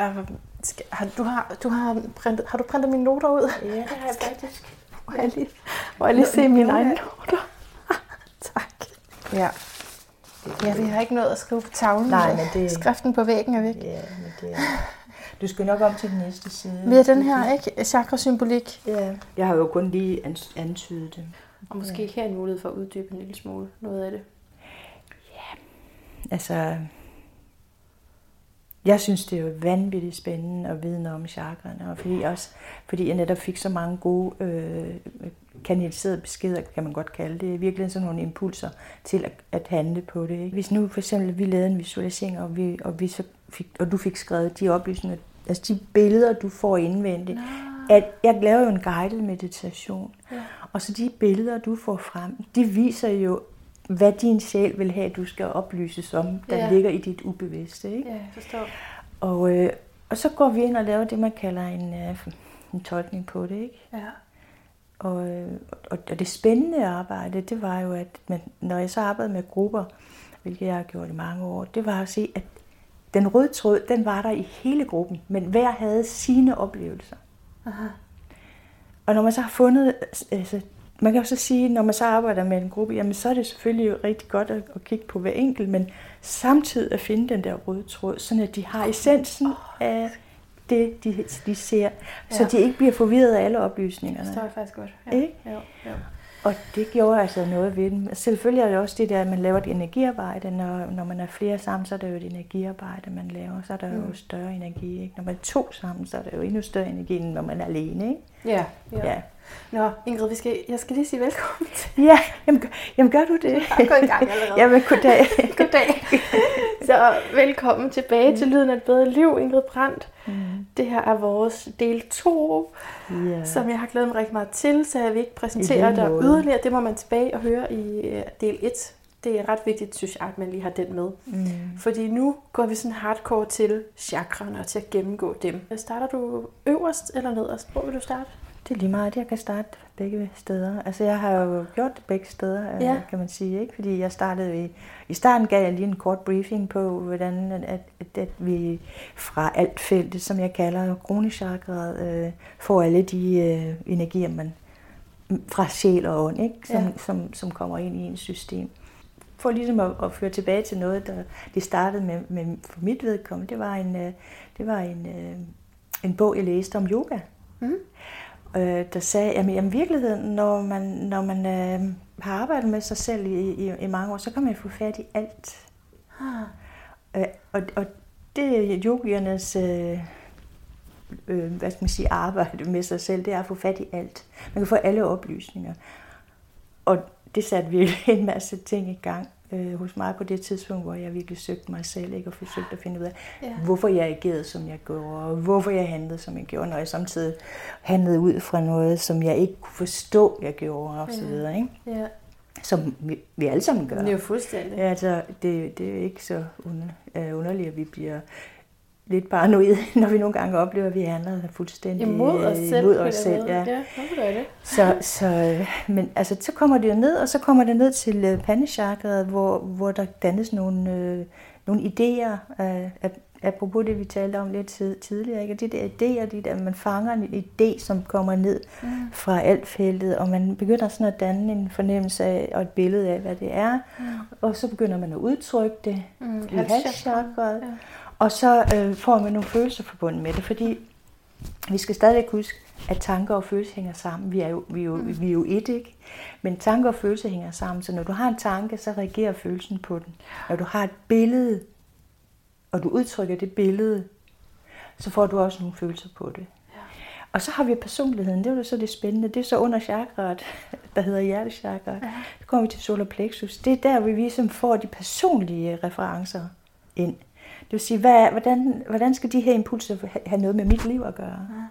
Har du printet mine noter ud? Ja, det har jeg faktisk. Må jeg lige se mine egne noter? Tak. Ja. Ja, vi har ikke nået at skrive på tavlen. Nej, men det... Skriften på væggen er væk. Ja, men det er... Du skal nok om til den næste side. Vi er den her, ikke? Chakra-symbolik. Ja. Jeg har jo kun lige antydet det. Og måske her en mulighed for at uddybe en lille smule noget af det. Ja, altså... Jeg synes, det er jo vanvittigt spændende at vide noget om chakraerne, og fordi jeg netop fik så mange gode kanaliserede beskeder, kan man godt kalde det. Virkelig sådan nogle impulser til at handle på det. Ikke? Hvis nu for eksempel vi lavede en visualisering, og du fik skrevet de oplysninger, altså de billeder, du får indvendigt. At jeg laver jo en guided meditation, og så de billeder, du får frem, de viser jo, hvad din sjæl vil have, du skal oplyses om, der ligger i dit ubevidste. Ikke? Ja, jeg forstår. Og så går vi ind og laver det, man kalder en tolkning på det. Ikke? Ja. Og det spændende arbejde, det var jo, at når jeg så arbejdede med grupper, hvilket jeg har gjort i mange år, det var at se, at den røde tråd, den var der i hele gruppen, men hver havde sine oplevelser. Aha. Og når man så har fundet... Altså, man kan jo så sige, når man så arbejder med en gruppe, jamen så er det selvfølgelig jo rigtig godt at kigge på hver enkelt, men samtidig at finde den der røde tråd, sådan at de har essensen af det, de ser, så de ikke bliver forvirret af alle oplysningerne. Det forstår jeg faktisk godt. Ja. Ikke? Jo. Og det gjorde altså noget ved dem. Selvfølgelig er det også det der, at man laver et energiarbejde. Når man er flere sammen, så er det jo et energiarbejde, man laver. Så er der jo større energi. Ikke? Når man er to sammen, så er der jo endnu større energi, end når man er alene. Ikke? Ja. Nå, Ingrid, jeg skal lige sige velkommen til. Ja, jamen gør du det? Jeg er gået i gang allerede. Jamen, goddag. Goddag. Så velkommen tilbage til Lyden af et bedre liv, Ingrid Brandt. Det her er vores del 2, som jeg har glædet mig rigtig meget til, så jeg vil ikke præsentere dig yderligere. Det må man tilbage og høre i del 1. Det er ret vigtigt, synes jeg, at man lige har den med. Fordi nu går vi sådan hardcore til chakraerne og til at gennemgå dem. Starter du øverst eller nederst? Hvor vil du starte? Det er lige meget, jeg kan starte begge steder. Altså jeg har jo gjort det begge steder, kan man sige, ikke? Fordi jeg startede i starten gav jeg lige en kort briefing på, hvordan at vi fra alt feltet, som jeg kalder kronechakraet, får alle de energier, man fra sjæl og ånd, ikke? Som kommer ind i ens system. For ligesom at føre tilbage til noget, der det startede med for mit vedkommende, det var en bog, jeg læste om yoga. Der sagde, at i virkeligheden, når man har arbejdet med sig selv i mange år, så kan man få fat i alt. Og det er yogiernes arbejde med sig selv, det er at få fat i alt. Man kan få alle oplysninger. Og det satte virkelig en masse ting i gang hos mig på det tidspunkt, hvor jeg virkelig søgte mig selv, ikke, og forsøgte at finde ud af, hvorfor jeg agerede, som jeg gjorde, og hvorfor jeg handlede, som jeg gjorde, når jeg samtidig handlede ud fra noget, som jeg ikke kunne forstå, jeg gjorde, og så videre, ikke? Ja. Som vi alle sammen gør. Det er jo fuldstændig. Ja, altså, det er jo ikke så underligt, at vi bliver lidt paranoid, når vi nogle gange oplever, at vi handler fuldstændig imod os selv. Ja, det. Men altså, så kommer det jo ned, og så kommer det ned til pandechakraet, hvor der dannes nogle idéer, apropos det, vi talte om lidt tidligere, ikke? De der idéer, man fanger en idé, som kommer ned fra alt feltet, og man begynder sådan at danne en fornemmelse af, og et billede af, hvad det er, og så begynder man at udtrykke det i halschakraet. Ja. Og så får man nogle følelser forbundet med det, fordi vi skal stadig huske, at tanker og følelser hænger sammen. Vi er jo et, ikke? Men tanker og følelser hænger sammen, så når du har en tanke, så reagerer følelsen på den. Når du har et billede, og du udtrykker det billede, så får du også nogle følelser på det. Ja. Og så har vi personligheden, det er jo så det spændende, det er så under chakraet, der hedder hjertechakraet. Ja. Så kommer vi til solar plexus. Det er der, vi ligesom får de personlige referencer ind. Det vil sige, hvordan skal de her impulser have noget med mit liv at gøre? Ja.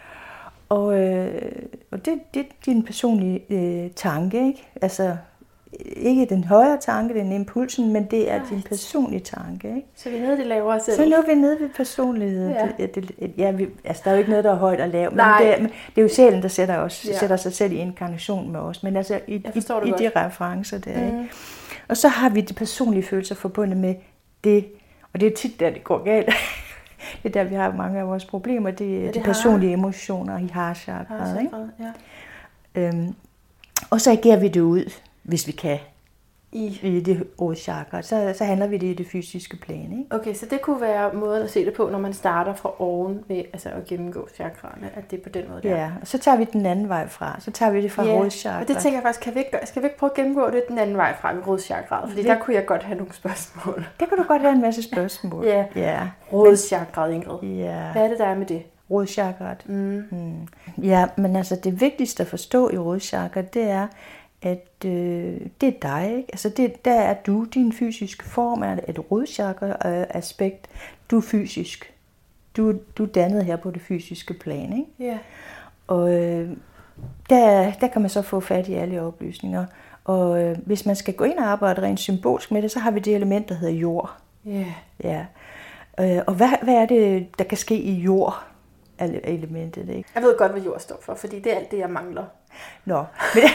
Og det er din personlige tanke, ikke? Altså, ikke den højere tanke, den impulsen, men det er din personlige tanke, ikke? Så vi er nede i det lavere selv? Så nu er vi nede ved personlighed. Ja. Der er jo ikke noget, der er højt og lavt, men det er jo sjælen, der sætter sig selv i inkarnation med os, men altså i de referencer der, ikke? Og så har vi de personlige følelser forbundet med det. Og det er tit, der det går galt. Det er der, vi har mange af vores problemer. Det er de personlige emotioner i heart-chakraet. Ja. Og så agerer vi det ud, hvis vi kan, i det rodchakra. Så handler vi det i det fysiske plan. Ikke? Okay, så det kunne være måden at se det på, når man starter fra oven ved at gennemgå chakraerne, at det er på den måde der. Ja, og så tager vi den anden vej fra. Så tager vi det fra rodchakra. Og det tænker jeg faktisk, skal vi ikke prøve at gennemgå det den anden vej fra ved rodchakraet? Fordi der kunne jeg godt have nogle spørgsmål. Det kunne du godt have en masse spørgsmål. Ja. Rodchakraet, Ingrid. Ja. Hvad er det, der er med det? Rodchakraet. Ja, men altså det vigtigste at forstå i rodchakra, det er, at det er dig, ikke? Altså der er du, din fysiske form er et rodchakra-aspekt. Du er fysisk. Du er dannet her på det fysiske plan, ikke? Ja. Og der kan man så få fat i alle oplysninger. Og hvis man skal gå ind og arbejde rent symbolsk med det, så har vi det element, der hedder jord. Ja. Og hvad er det, der kan ske i jord-elementet, ikke? Jeg ved godt, hvad jord står for, fordi det er alt det, jeg mangler. Nå,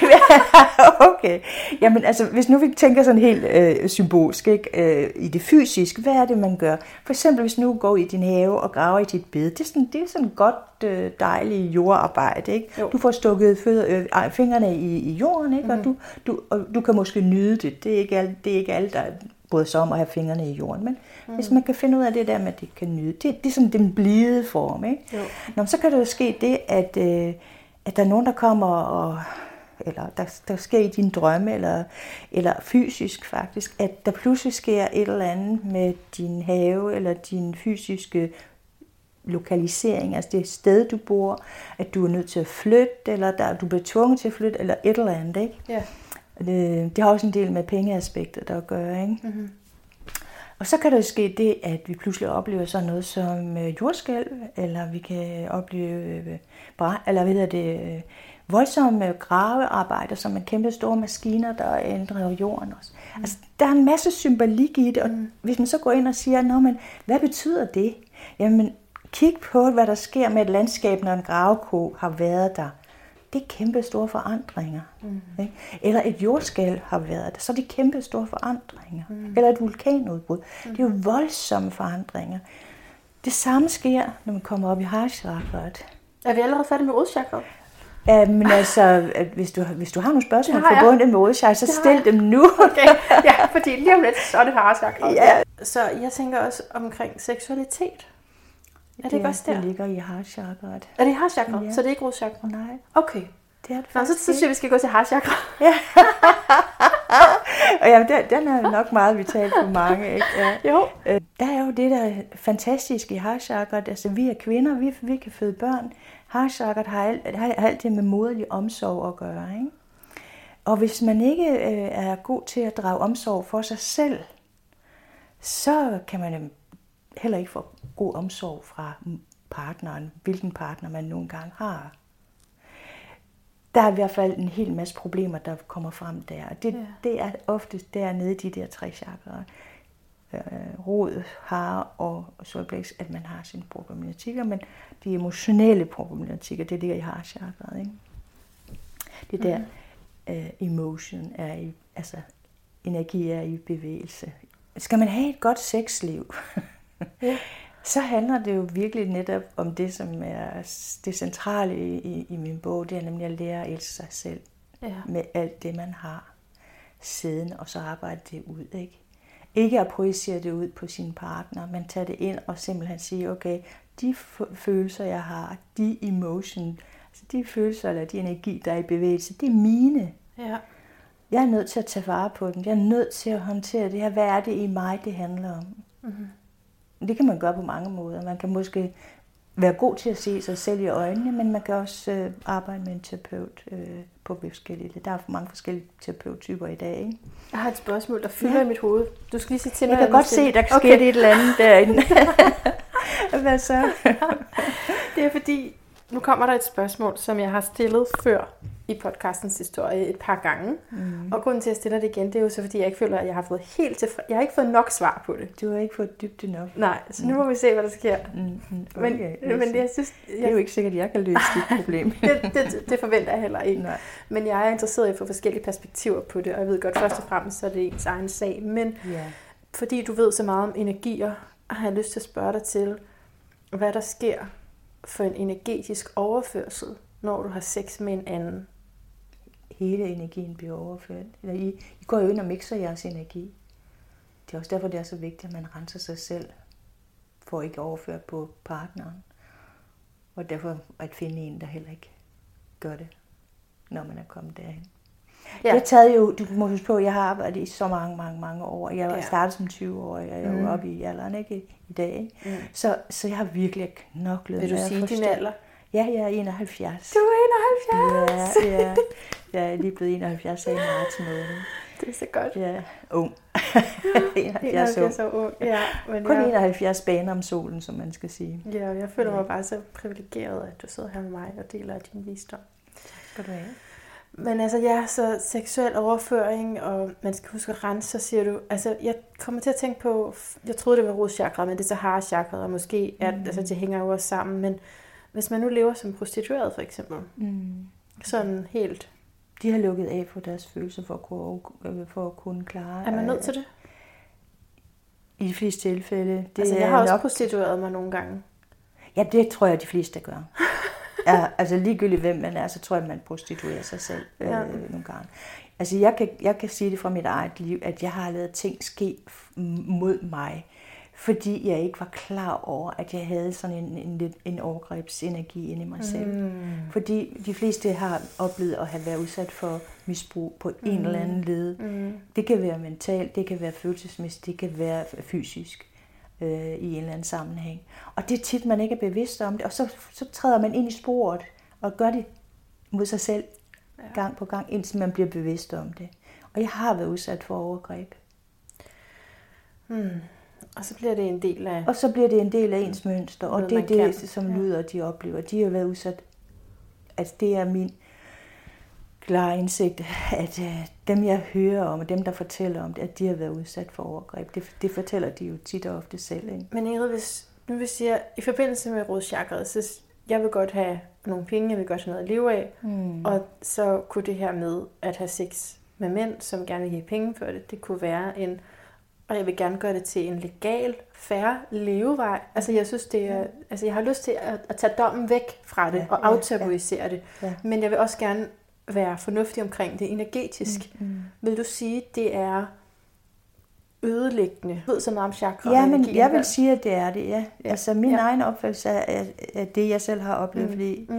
okay. Jamen altså, hvis nu vi tænker sådan helt symbolsk, ikke? I det fysiske, hvad er det, man gør? For eksempel, hvis nu går i din have og graver i dit bed, det er sådan godt dejligt jordarbejde, ikke? Jo. Du får stukket fingrene i jorden, ikke? Og du kan måske nyde det. Det er ikke alle, der bryder sig om at have fingrene i jorden, men hvis man kan finde ud af det der med, at de kan nyde, det er sådan den blide form, ikke? Jo. Nå, så kan det jo ske det, at der er nogen, der kommer, eller der sker i dine drømme, eller fysisk faktisk, at der pludselig sker et eller andet med din have, eller din fysiske lokalisering, altså det sted, du bor, at du er nødt til at flytte, eller du bliver tvunget til at flytte, eller et eller andet, ikke? Ja. Det har også en del med pengeaspekter, der at gøre, ikke? Mm-hmm. Og så kan der jo ske det, at vi pludselig oplever sådan noget som jordskælv, eller vi kan opleve voldsomme gravearbejder, som er kæmpe store maskiner, der ændrer jorden også. Altså, der er en masse symbolik i det, og hvis man så går ind og siger, men hvad betyder det? Jamen, kig på, hvad der sker med et landskab, når en graveko har været der. Det er kæmpe store forandringer. Ikke? Eller et jordskælv har været der, så er det kæmpe store forandringer. Eller et vulkanudbrud. Det er jo voldsomme forandringer. Det samme sker, når man kommer op i heart-chakraet. Er vi allerede færdige med rodchakraet? Men altså, hvis du har nogle spørgsmål forbundet med rodchakra, så stil dem nu. Okay, ja, fordi lige om lidt, så er det heart-chakraet. Ja. Så jeg tænker også omkring seksualitet. Er det ikke også der? Det ligger i heart-chakraet. Er det i heart-chakraet? Ja. Så det er ikke rodchakra? Nej. Okay. Det er det så synes jeg, vi skal gå til heart-chakra. Ja. Og ja, den er nok meget vital for mange, ikke? Ja. Jo. Der er jo det, der er fantastisk i heart-chakraet. Altså, vi er kvinder, vi kan føde børn. Heart-chakraet har alt det med moderlig omsorg at gøre, ikke? Og hvis man ikke er god til at drage omsorg for sig selv, så kan man heller ikke få god omsorg fra partneren, hvilken partner man nogle gange har. Der er i hvert fald en hel masse problemer, der kommer frem der. Det er oftest dernede, de der 3 chakraer. Rod, hare og solblæks, at man har sine problematikker, men de emotionelle problematikker, det ligger i heart-chakraet, ikke? Det der emotion er i, altså energi er i bevægelse. Skal man have et godt sexliv, så handler det jo virkelig netop om det, som er det centrale i min bog, det er nemlig at lære at elske sig selv med alt det, man har siden, og så arbejde det ud, ikke? Ikke at projicere det ud på sin partner, men tage det ind og simpelthen sige, okay, de følelser, jeg har, de emotion, altså de følelser eller de energi, der er i bevægelse, det er mine. Ja. Jeg er nødt til at tage vare på dem. Jeg er nødt til at håndtere det her. Hvad er det i mig, det handler om? Mm-hmm. Det kan man gøre på mange måder. Man kan måske være god til at se sig selv i øjnene, men man kan også arbejde med en terapeut på forskellige. Der er mange forskellige terapeuttyper i dag, ikke? Jeg har et spørgsmål, der fylder i mit hoved. Du skal lige sige til mig. Jeg kan godt se, der sker et eller andet derinde. Hvad så? Det er fordi, nu kommer der et spørgsmål, som jeg har stillet før i podcastens historie et par gange. Og grunden til, at jeg stiller det igen, det er jo så, fordi jeg ikke føler, at jeg har fået jeg har ikke fået nok svar på det. Du har ikke fået dybde nok. Nej, så nu må vi se, hvad der sker. Okay, men jeg synes... Det er jo ikke sikkert, at jeg kan løse dit problem. det forventer jeg heller ikke. Nej. Men jeg er interesseret i at få forskellige perspektiver på det, og jeg ved godt, først og fremmest, så er det ens egen sag. Men fordi du ved så meget om energier, har jeg lyst til at spørge dig til, hvad der sker for en energetisk overførsel, når du har sex med en anden? Hele energien bliver overført. Eller I går jo ind og mixer jeres energi. Det er også derfor, det er så vigtigt, at man renser sig selv, for ikke at overføre på partneren. Og derfor at finde en, der heller ikke gør det, når man er kommet derhen. Ja. Jeg taget jo, du må huske på, jeg har arbejdet i så mange år. Jeg startede som 20-årig, og jeg er jo oppe i alderen, ikke i dag. Ikke? Så jeg har virkelig knoklet. Vil du sige din alder? Ja, jeg er 71. Du er 71? Ja. Jeg er lige blevet 71 i marts måned. Det er så godt. Ja, ung. 71 år ung. Ja, men kun 71 baner om solen, som man skal sige. Ja, jeg føler mig bare så privilegeret, at du sidder her med mig og deler din visdom. Skal du have. Men altså, så seksuel overføring, og man skal huske at rense, så siger du, altså, jeg kommer til at tænke på, jeg troede, det var roschakra, men det er Sahara-chakra, og måske, altså, det hænger jo også sammen, men hvis man nu lever som prostitueret, for eksempel, sådan helt... De har lukket af for deres følelser for at kunne klare... Er man nødt til det? I de fleste tilfælde. Jeg har også prostitueret mig nogle gange. Ja, det tror jeg, de fleste gør. Ja, altså ligegyldigt hvem man er, så tror jeg, man prostituerer sig selv nogle gange. Altså jeg kan sige det fra mit eget liv, at jeg har lavet ting ske mod mig, fordi jeg ikke var klar over, at jeg havde sådan en overgrebsenergi inde i mig selv. Fordi de fleste har oplevet at have været udsat for misbrug på en eller anden led. Det kan være mentalt, det kan være følelsesmæssigt, det kan være fysisk i en eller anden sammenhæng. Og det er tit, man ikke er bevidst om det, og så træder man ind i sporet og gør det mod sig selv gang på gang, indtil man bliver bevidst om det. Og jeg har været udsat for overgreb. Og så bliver det en del af... Og så bliver det en del af ens mønster, og det er det, som lyder, de oplever. De har været udsat... Altså det er min klare indsigt, at dem jeg hører om, og dem der fortæller om det, at de har været udsat for overgreb. Det fortæller de jo tit og ofte selv. Ikke? Men Ingrid, hvis nu vil sige, i forbindelse med roschakret, så jeg vil godt have nogle penge, jeg vil godt have noget at leve af, og så kunne det her med at have sex med mænd, som gerne vil give penge for det kunne være en... Og jeg vil gerne gøre det til en legal, fair levevej. Altså jeg synes det er, altså jeg har lyst til at tage dommen væk fra det og aftabuisere det. Ja. Men jeg vil også gerne være fornuftig omkring det energetisk. Vil du sige, det er ødelæggende? Ved så meget om chakra. Ja, men jeg vil sige, at det er det, ja. Altså min egen opfattelse af det, jeg selv har oplevet, fordi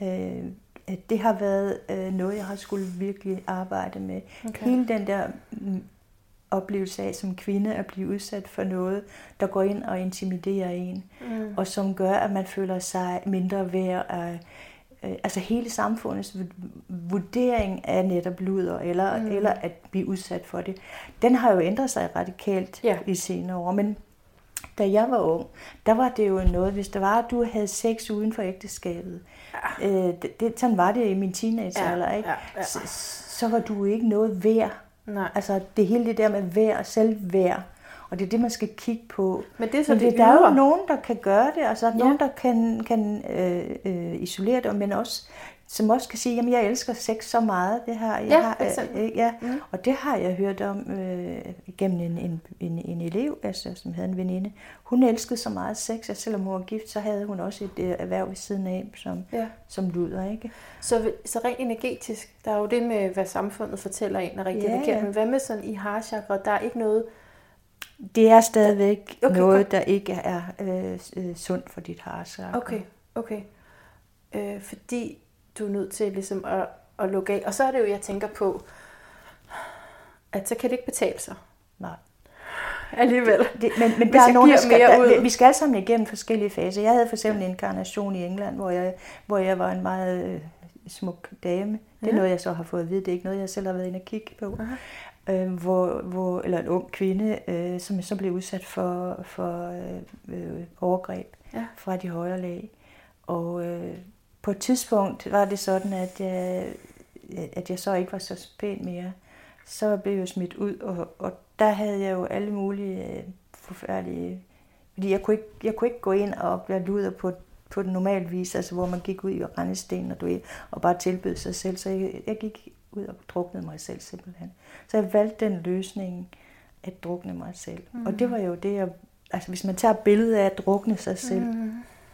at det har været noget, jeg har skulle virkelig arbejde med. Okay. Hele den der... oplevelse af som kvinde at blive udsat for noget, der går ind og intimiderer en, og som gør, at man føler sig mindre værd. Altså hele samfundets vurdering af netop luder, eller at blive udsat for det, den har jo ændret sig radikalt i senere år. Men da jeg var ung, der var det jo noget, hvis det var, at du havde sex uden for ægteskabet. Sådan var det i min teenagealder, ikke? Så var du ikke noget værd. Nej. Altså det hele det der med værd og selvværd, og det er det, man skal kigge på. Men det er så der er jo nogen, der kan gøre det, altså nogen, der kan isolere det, men også, som også kan sige, jamen jeg elsker sex så meget, det har jeg og det har jeg hørt om gennem en elev, altså, som havde en veninde. Hun elskede så meget sex, at selvom hun var gift, så havde hun også et erhverv ved siden af, som luder, ikke? Så rent energetisk, der er jo det med, hvad samfundet fortæller en er rigtig forkert, men hvad med sådan i Sahara-chakra, der er ikke noget... Det er stadigvæk noget, der ikke er sundt for dit Sahara-chakra. Okay. Fordi du er nødt til ligesom at lukke af. Og så er det jo, jeg tænker på, at så kan det ikke betale sig. Nej. Alligevel. Men der er nogen, vi skal alle sammen igennem forskellige faser. Jeg havde for eksempel en inkarnation i England, hvor jeg var en meget smuk dame. Det er noget, jeg så har fået at vide. Det er ikke noget, jeg selv har været inde og kigge på. Eller en ung kvinde, som så blev udsat for overgreb fra de højere lag. Og på et tidspunkt var det sådan, at jeg så ikke var så pæn mere. Så blev jeg smidt ud, og der havde jeg jo alle mulige forfærdelige... Fordi jeg kunne ikke gå ind og blive luder på den normale vis, altså hvor man gik ud i rendesten og bare tilbød sig selv. Så jeg gik ud og druknede mig selv simpelthen. Så jeg valgte den løsning at drukne mig selv. Og det var jo det, altså hvis man tager billedet af at drukne sig selv,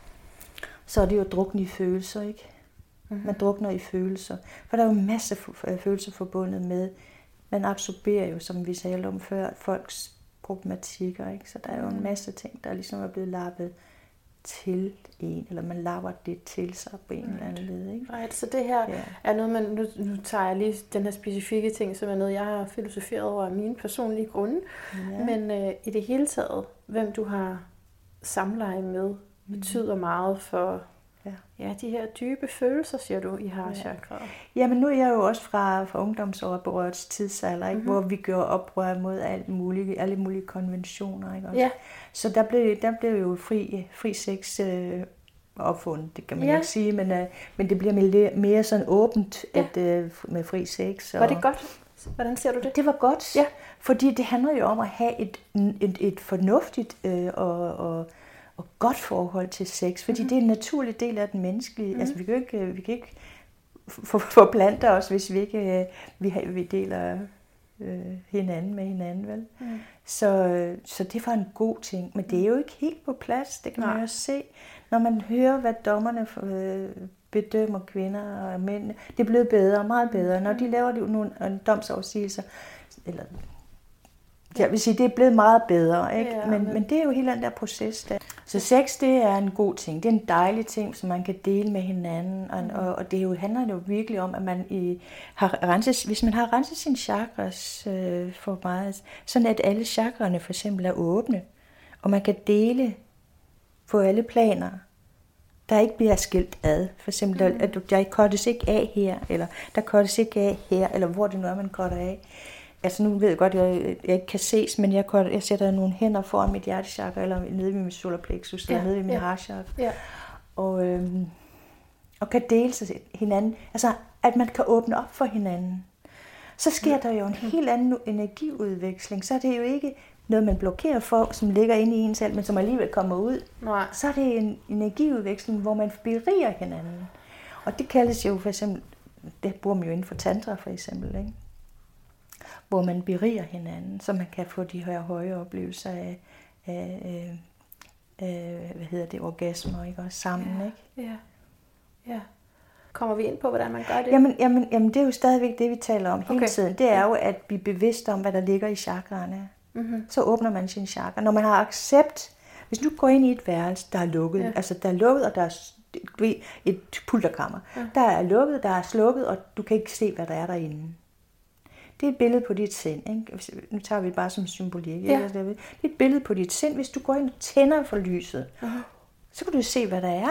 så er det jo at drukne i følelser, ikke? Man drukner i følelser. For der er jo en masse følelser forbundet med, man absorberer jo, som vi talte om før, folks problematikker, ikke? Så der er jo en masse ting, der ligesom er blevet lappet til en, eller man lapper det til sig på en eller anden led, ikke? Right, så det her er noget, man, nu tager jeg lige den her specifikke ting, som er noget, jeg har filosoferet over af mine personlige grunde, men i det hele taget, hvem du har samleje med, betyder meget for de her dybe følelser, siger du, I har chakra. Jamen nu er jeg jo også fra ungdomsoprørets tidsalder, ikke? Hvor vi gjorde oprør mod alle mulige konventioner, ikke? Også. Så der blev jo fri sex opfundet, det kan man ikke sige, men det bliver mere sådan åbent med fri sex. Var det godt? Hvordan ser du det? Det var godt, fordi det handler jo om at have et fornuftigt og godt forhold til sex, fordi det er en naturlig del af den menneskelige. Altså vi kan ikke forplante os, hvis vi ikke vi deler hinanden med hinanden, vel? Så det var en god ting, men det er jo ikke helt på plads. Det kan man jo se, når man hører, hvad dommerne bedømmer kvinder og mænd. Det er blevet bedre, meget bedre, når de laver nogle domsafsigelser, eller jeg vil sige, det er blevet meget bedre, ikke? Men det er jo hele den der proces der. Så sex, det er en god ting. Det er en dejlig ting, som man kan dele med hinanden. Og det handler jo virkelig om, at man hvis man har renset sine chakras for meget, sådan at alle chakrerne for eksempel er åbne, og man kan dele på alle planer, der ikke bliver skilt ad. For eksempel, at der kortes ikke af her, eller der kortes ikke af her, eller hvor det nu er, man korter af. Altså nu ved jeg godt, at jeg ikke kan ses, men jeg sætter nogle hænder foran mit hjertechakra, eller nede ved min solarplexus, eller nede ved min heartchakra. Og kan dele sig hinanden. Altså, at man kan åbne op for hinanden. Så sker der jo en helt anden energiudveksling. Så er det jo ikke noget, man blokerer for, som ligger inde i en selv, men som alligevel kommer ud. Nej. Så er det en energiudveksling, hvor man beriger hinanden. Og det kaldes jo for eksempel, det bruger man jo inden for tantra for eksempel, ikke? Hvor man beriger hinanden, så man kan få de her høje oplevelser af orgasmer, ikke? Også sammen, ikke? Ja. Kommer vi ind på, hvordan man gør det? Jamen det er jo stadigvæk det, vi taler om hele tiden. Det er jo at blive bevidst om, hvad der ligger i chakraerne. Så åbner man sin chakra. Når man har accept, hvis du går ind i et værelse, der er lukket, altså der er lukket, og der er et pulterkammer. Der er lukket, der er slukket, og du kan ikke se, hvad der er derinde. Det er et billede på dit sind, ikke? Nu tager vi det bare som symbolik. Det er et billede på dit sind. Hvis du går ind og tænder for lyset, så kan du se, hvad der er.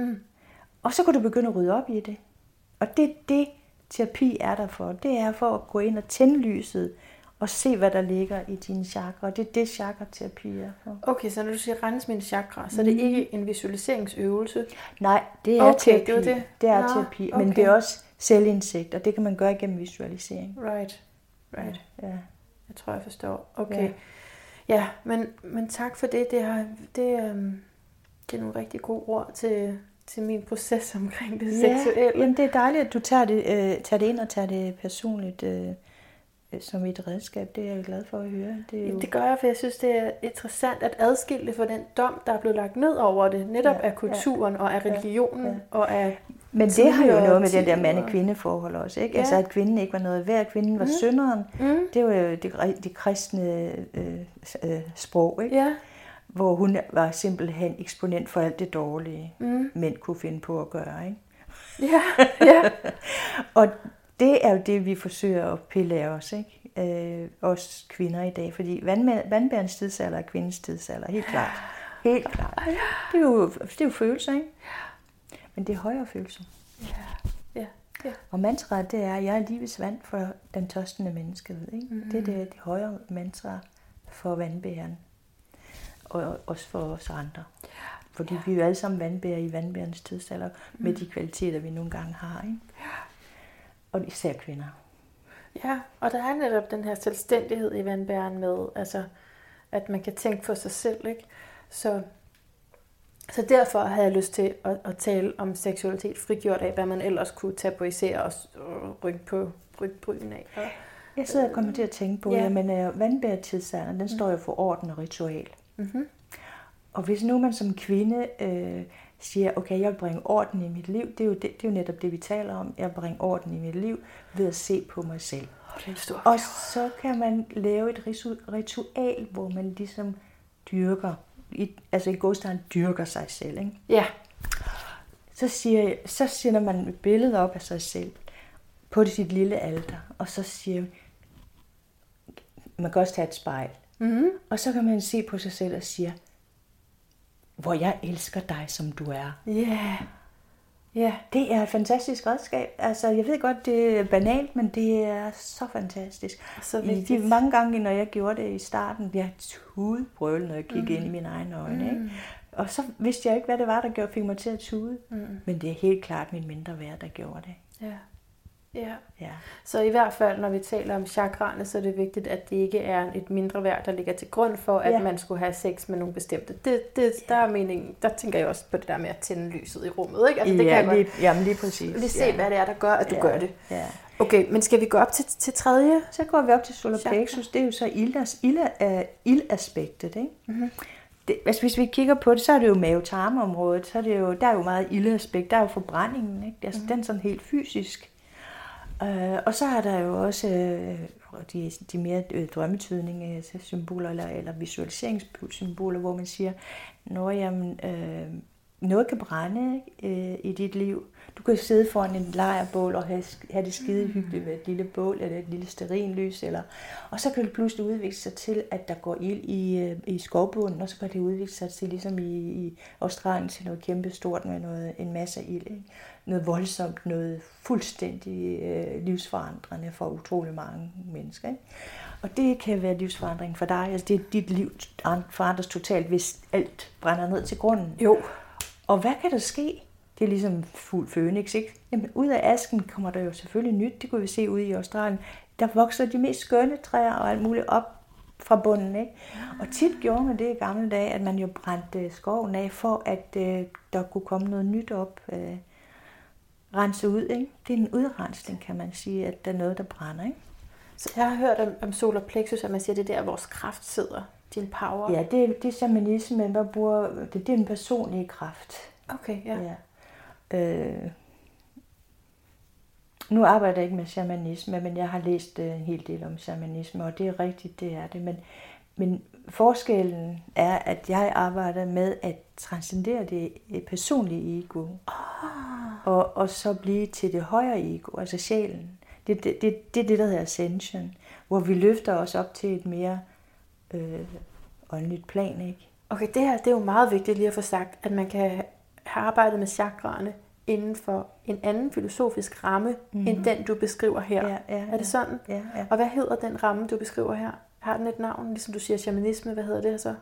Og så kan du begynde at rydde op i det. Og det er det, terapi er der for. Det er for at gå ind og tænde lyset og se, hvad der ligger i dine chakra. Og det er det, chakraterapi er for. Okay, så når du siger rense mine chakra, så er det ikke en visualiseringsøvelse? Nej, det er terapi. Det er terapi, men det er også selvindsigt, og det kan man gøre gennem visualisering. Right. Ja. Jeg tror, jeg forstår. Okay. Ja, men tak for det. Det er nogle rigtig gode ord til min proces omkring det seksuelle. Jamen det er dejligt, at du tager det ind og tager det personligt som et redskab. Det er jeg glad for at høre. Det gør jeg, for jeg synes, det er interessant at adskille det fra den dom, der er blevet lagt ned over det, netop af kulturen og af religionen og af... Men det har jo noget med den der mand-kvinde-forhold også, ikke? Altså at kvinden ikke var noget værd, kvinden var synderen. Det var jo det kristne sprog, ikke? Ja. Hvor hun var simpelthen eksponent for alt det dårlige, mænd kunne finde på at gøre, ikke? Ja. Og det er jo det, vi forsøger at pille af os, ikke? Os kvinder i dag, fordi vandbærens tidsalder er kvindens tidsalder, helt klart. Helt klart. Det er jo følelser, ikke? Men det er højere følelser. Ja. Og mantraet, det er, jeg er livets vand for den tørstende menneske, ikke? Det er det højere mantra for vandbæren. Og også for os andre. Fordi vi er jo alle sammen vandbærer i vandbærens tidsalder, med de kvaliteter, vi nogle gange har, ikke? Og især kvinder. Ja, og der er netop den her selvstændighed i vandbæren med, altså, at man kan tænke for sig selv, ikke? Så derfor havde jeg lyst til at tale om seksualitet frigjort af, hvad man ellers kunne tabuisere og rykke bryn af. Jeg sidder og kommer til at tænke på, men vandbæretidsalderen, den står jo for orden og ritual. Og hvis nu man som kvinde siger, okay, jeg vil bringe orden i mit liv. Det er jo netop det, vi taler om. Jeg vil bringe orden i mit liv ved at se på mig selv. Og så kan man lave et ritual, hvor man ligesom dyrker, altså i gåstegn dyrker sig selv. Ikke? Ja. Så sender man et billede op af sig selv på sit lille alter, og så siger man kan også tage et spejl. Mm-hmm. Og så kan man se på sig selv og sige, hvor jeg elsker dig, som du er. Ja. Yeah. Yeah. Det er et fantastisk redskab. Altså, jeg ved godt, det er banalt, men det er så fantastisk. Så vigtigt. Mange gange, når jeg gjorde det i starten, blev jeg tudbrøl, når jeg kiggede ind i mine egne øjne. Ikke? Og så vidste jeg ikke, hvad det var, der fik mig til at tude. Men det er helt klart min mindre værd, der gjorde det. Ja. Ja. Ja. Så i hvert fald, når vi taler om chakraerne, så er det vigtigt, at det ikke er et mindre værd, der ligger til grund for, at man skulle have sex med nogle bestemte. Der er meningen, der tænker jeg også på det der med at tænde lyset i rummet, ikke? Altså, det kan jeg godt jamen lige præcis. Lige se, hvad det er, der gør, at du gør det. Ja. Okay, men skal vi gå op til tredje? Så går vi op til solar plexus. Det er jo så ildaspektet, ikke? Mm-hmm. Hvis vi kigger på det, så er det jo mave-tarme-området, så er det jo, der er jo meget ildaspekt, der er jo forbrændingen, ikke? Altså, den er sådan helt fysisk. Og så er der jo også de mere drømmetydning-symboler eller visualiseringssymboler, hvor man siger, noget kan brænde i dit liv. Du kan sidde foran en lejrbål og have det skide hyggeligt med et lille bål eller et lille stearinlys. Og så kan det pludselig udvikle sig til, at der går ild i skovbunden, og så kan det udvikle sig til, ligesom i Australien, til noget kæmpestort med en masse ild. Ikke? Noget voldsomt, noget fuldstændig livsforandrende for utrolig mange mennesker. Ikke? Og det kan være livsforandring for dig. Altså dit liv forandres totalt, hvis alt brænder ned til grunden. Jo. Og hvad kan der ske? Det er ligesom fuld fønix, ikke? Jamen, ud af asken kommer der jo selvfølgelig nyt. Det kunne vi se ude i Australien. Der vokser de mest skønne træer og alt muligt op fra bunden, ikke? Og tit gjorde man det i gamle dage, at man jo brændte skoven af, for at der kunne komme noget nyt op. Rense ud, ikke? Det er en udrensning, kan man sige, at der er noget, der brænder, ikke? Så jeg har hørt om solar plexus, at man siger, at det er der, vores kraft sidder. Din power. Ja, det er shamanisme, man bruger, det er en personlig kraft. Okay, ja. Nu arbejder jeg ikke med shamanisme, men jeg har læst en hel del om shamanisme, og det er rigtigt, det er det. Men forskellen er, at jeg arbejder med at transcendere det personlige ego, og så blive til det højere ego, altså sjælen. Det er det, der hedder ascension, hvor vi løfter os op til et mere åndeligt plan, ikke? Okay, det her det er jo meget vigtigt lige at få sagt, at man kan have arbejdet med chakraerne inden for en anden filosofisk ramme, end den, du beskriver her. Er det sådan? Ja. Og hvad hedder den ramme, du beskriver her? Har den et navn? Ligesom du siger shamanisme, hvad hedder det her så?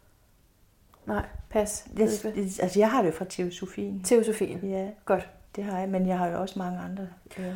Nej, pas. Altså, jeg har det fra teosofien. Teosofien? Ja. Godt. Det har jeg, men jeg har jo også mange andre.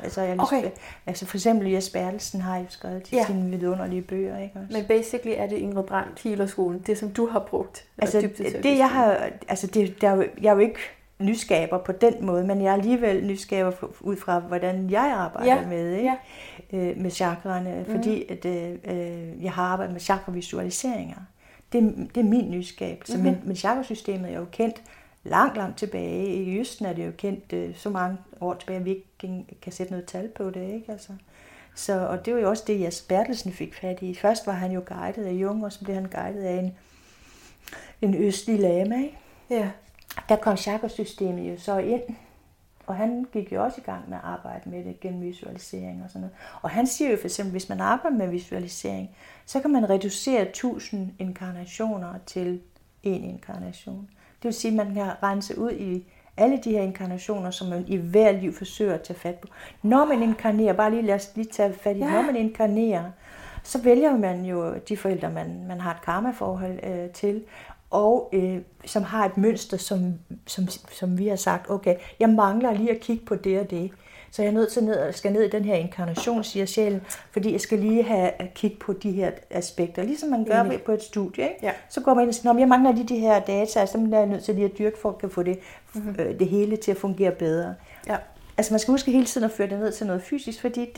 Altså for eksempel Jes Bertelsen har jo skrevet til sine vidunderlige bøger, ikke også? Men basically er det Ingrid Brandt Healerskolen, det som du har brugt. Altså det jeg har, altså jeg er jo ikke nyskaber på den måde, men jeg er alligevel nyskaber ud fra hvordan jeg arbejder med chakraerne, fordi at jeg har arbejdet med chakravisualiseringer. Det er min nyskabelse, men chakrasystemet er jo kendt langt tilbage. I Østen er det jo kendt så mange år tilbage, at vi ikke kan sætte noget tal på det, ikke? Altså. Og det var jo også det, Jes Bertelsen fik fat i. Først var han jo guidet af Jung, og så blev han guidet af en østlig lama, ikke? Ja. Der kom chakrasystemet jo så ind, og han gik jo også i gang med at arbejde med det gennem visualisering og sådan noget. Og han siger jo for eksempel, hvis man arbejder med visualisering, så kan man reducere 1000 inkarnationer til en inkarnation. Det vil sige, at man kan rense ud i alle de her inkarnationer, som man i hver liv forsøger at tage fat på. Når man inkarnerer, lad os lige tage fat i, når man inkarnerer, så vælger man jo de forældre, man har et karmaforhold til, og som har et mønster, som vi har sagt, okay, jeg mangler lige at kigge på det og det. Så jeg er nødt til skal ned i den her inkarnation, siger sjælen, fordi jeg skal lige have kigge på de her aspekter. Ligesom man gør på et studie, ikke? Ja. Så går man ind og siger, jeg mangler lige de her data, så er jeg nødt til lige at dyrke for at kan få det hele til at fungere bedre. Ja. Altså man skal huske hele tiden at føre det ned til noget fysisk, fordi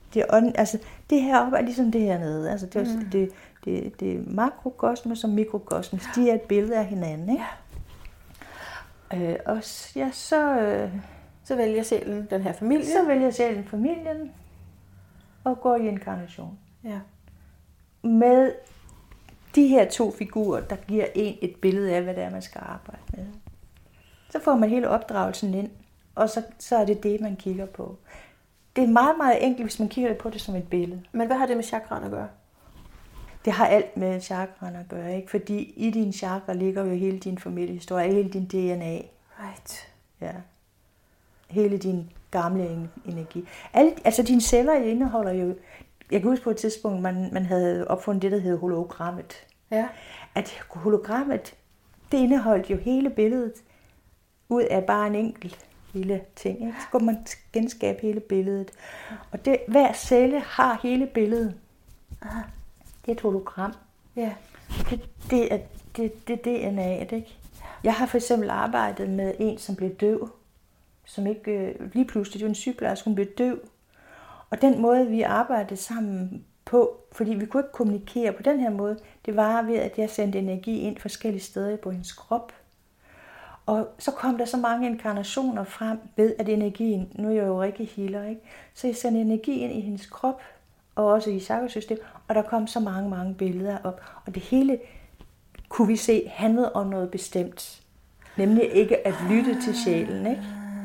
det heroppe er ligesom det her nede. Altså det er makrokosmos og mikrokosmos, de er et billede af hinanden, ikke? Så vælger sjælen den her familie. Så vælger sjælen familien og går i inkarnation. Ja. Med de her 2 figurer, der giver et billede af, hvad det er, man skal arbejde med. Så får man hele opdragelsen ind, og så er det, man kigger på. Det er meget, meget enkelt, hvis man kigger på det som et billede. Men hvad har det med chakraen at gøre? Det har alt med chakraen at gøre, ikke? Fordi i din chakra ligger jo hele din familiehistorie, hele din DNA. Right. Ja. Hele din gamle energi. Altså dine celler indeholder jo... Jeg kan huske på et tidspunkt, man havde opfundet det, der hedder hologrammet. Ja. At hologrammet, det indeholdt jo hele billedet ud af bare en enkelt lille ting. Ikke? Så kunne man genskabe hele billedet. Og hver celle har hele billedet. Aha. Det er et hologram. Ja. Det er DNA'et, ikke? Jeg har for eksempel arbejdet med en, som blev døv. Som ikke lige pludselig, det var en sygeplejerske, hun blev døv. Og den måde, vi arbejdede sammen på, fordi vi kunne ikke kommunikere på den her måde, det var ved, at jeg sendte energi ind forskellige steder på hendes krop. Og så kom der så mange inkarnationer frem ved, at energien, nu er jeg jo rigtig healer, ikke? Så jeg sendte energi ind i hendes krop, og også i chakrasystemet, og der kom så mange, mange billeder op. Og det hele kunne vi se handlede om noget bestemt. Nemlig ikke at lytte til sjælen, ikke?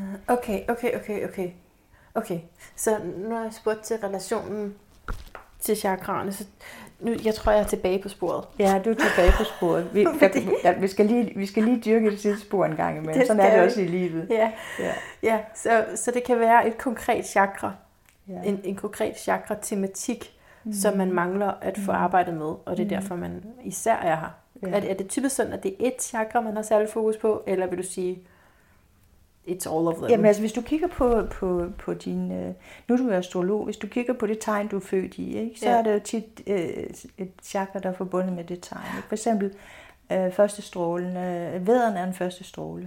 Okay. Så nu har jeg spurgt til relationen til chakraerne, så nu, jeg tror, jeg er tilbage på sporet. Ja, du er tilbage på sporet. Vi skal lige dyrke et sidespor en gang imellem. Sådan er det også i livet. Ja. Så det kan være et konkret chakra. Ja. En konkret chakra-tematik, som man mangler at få arbejdet med, og det er derfor, man især er her. Ja. Er det typisk sådan, at det er et chakra, man har særlig fokus på, eller vil du sige, it's all of them? Jamen altså, hvis du kigger på din... Nu er du astrolog. Hvis du kigger på det tegn, du er født i, ikke, så er det jo tit et chakra, der er forbundet med det tegn. Ikke? For eksempel første strålen. Vædderen er den første stråle.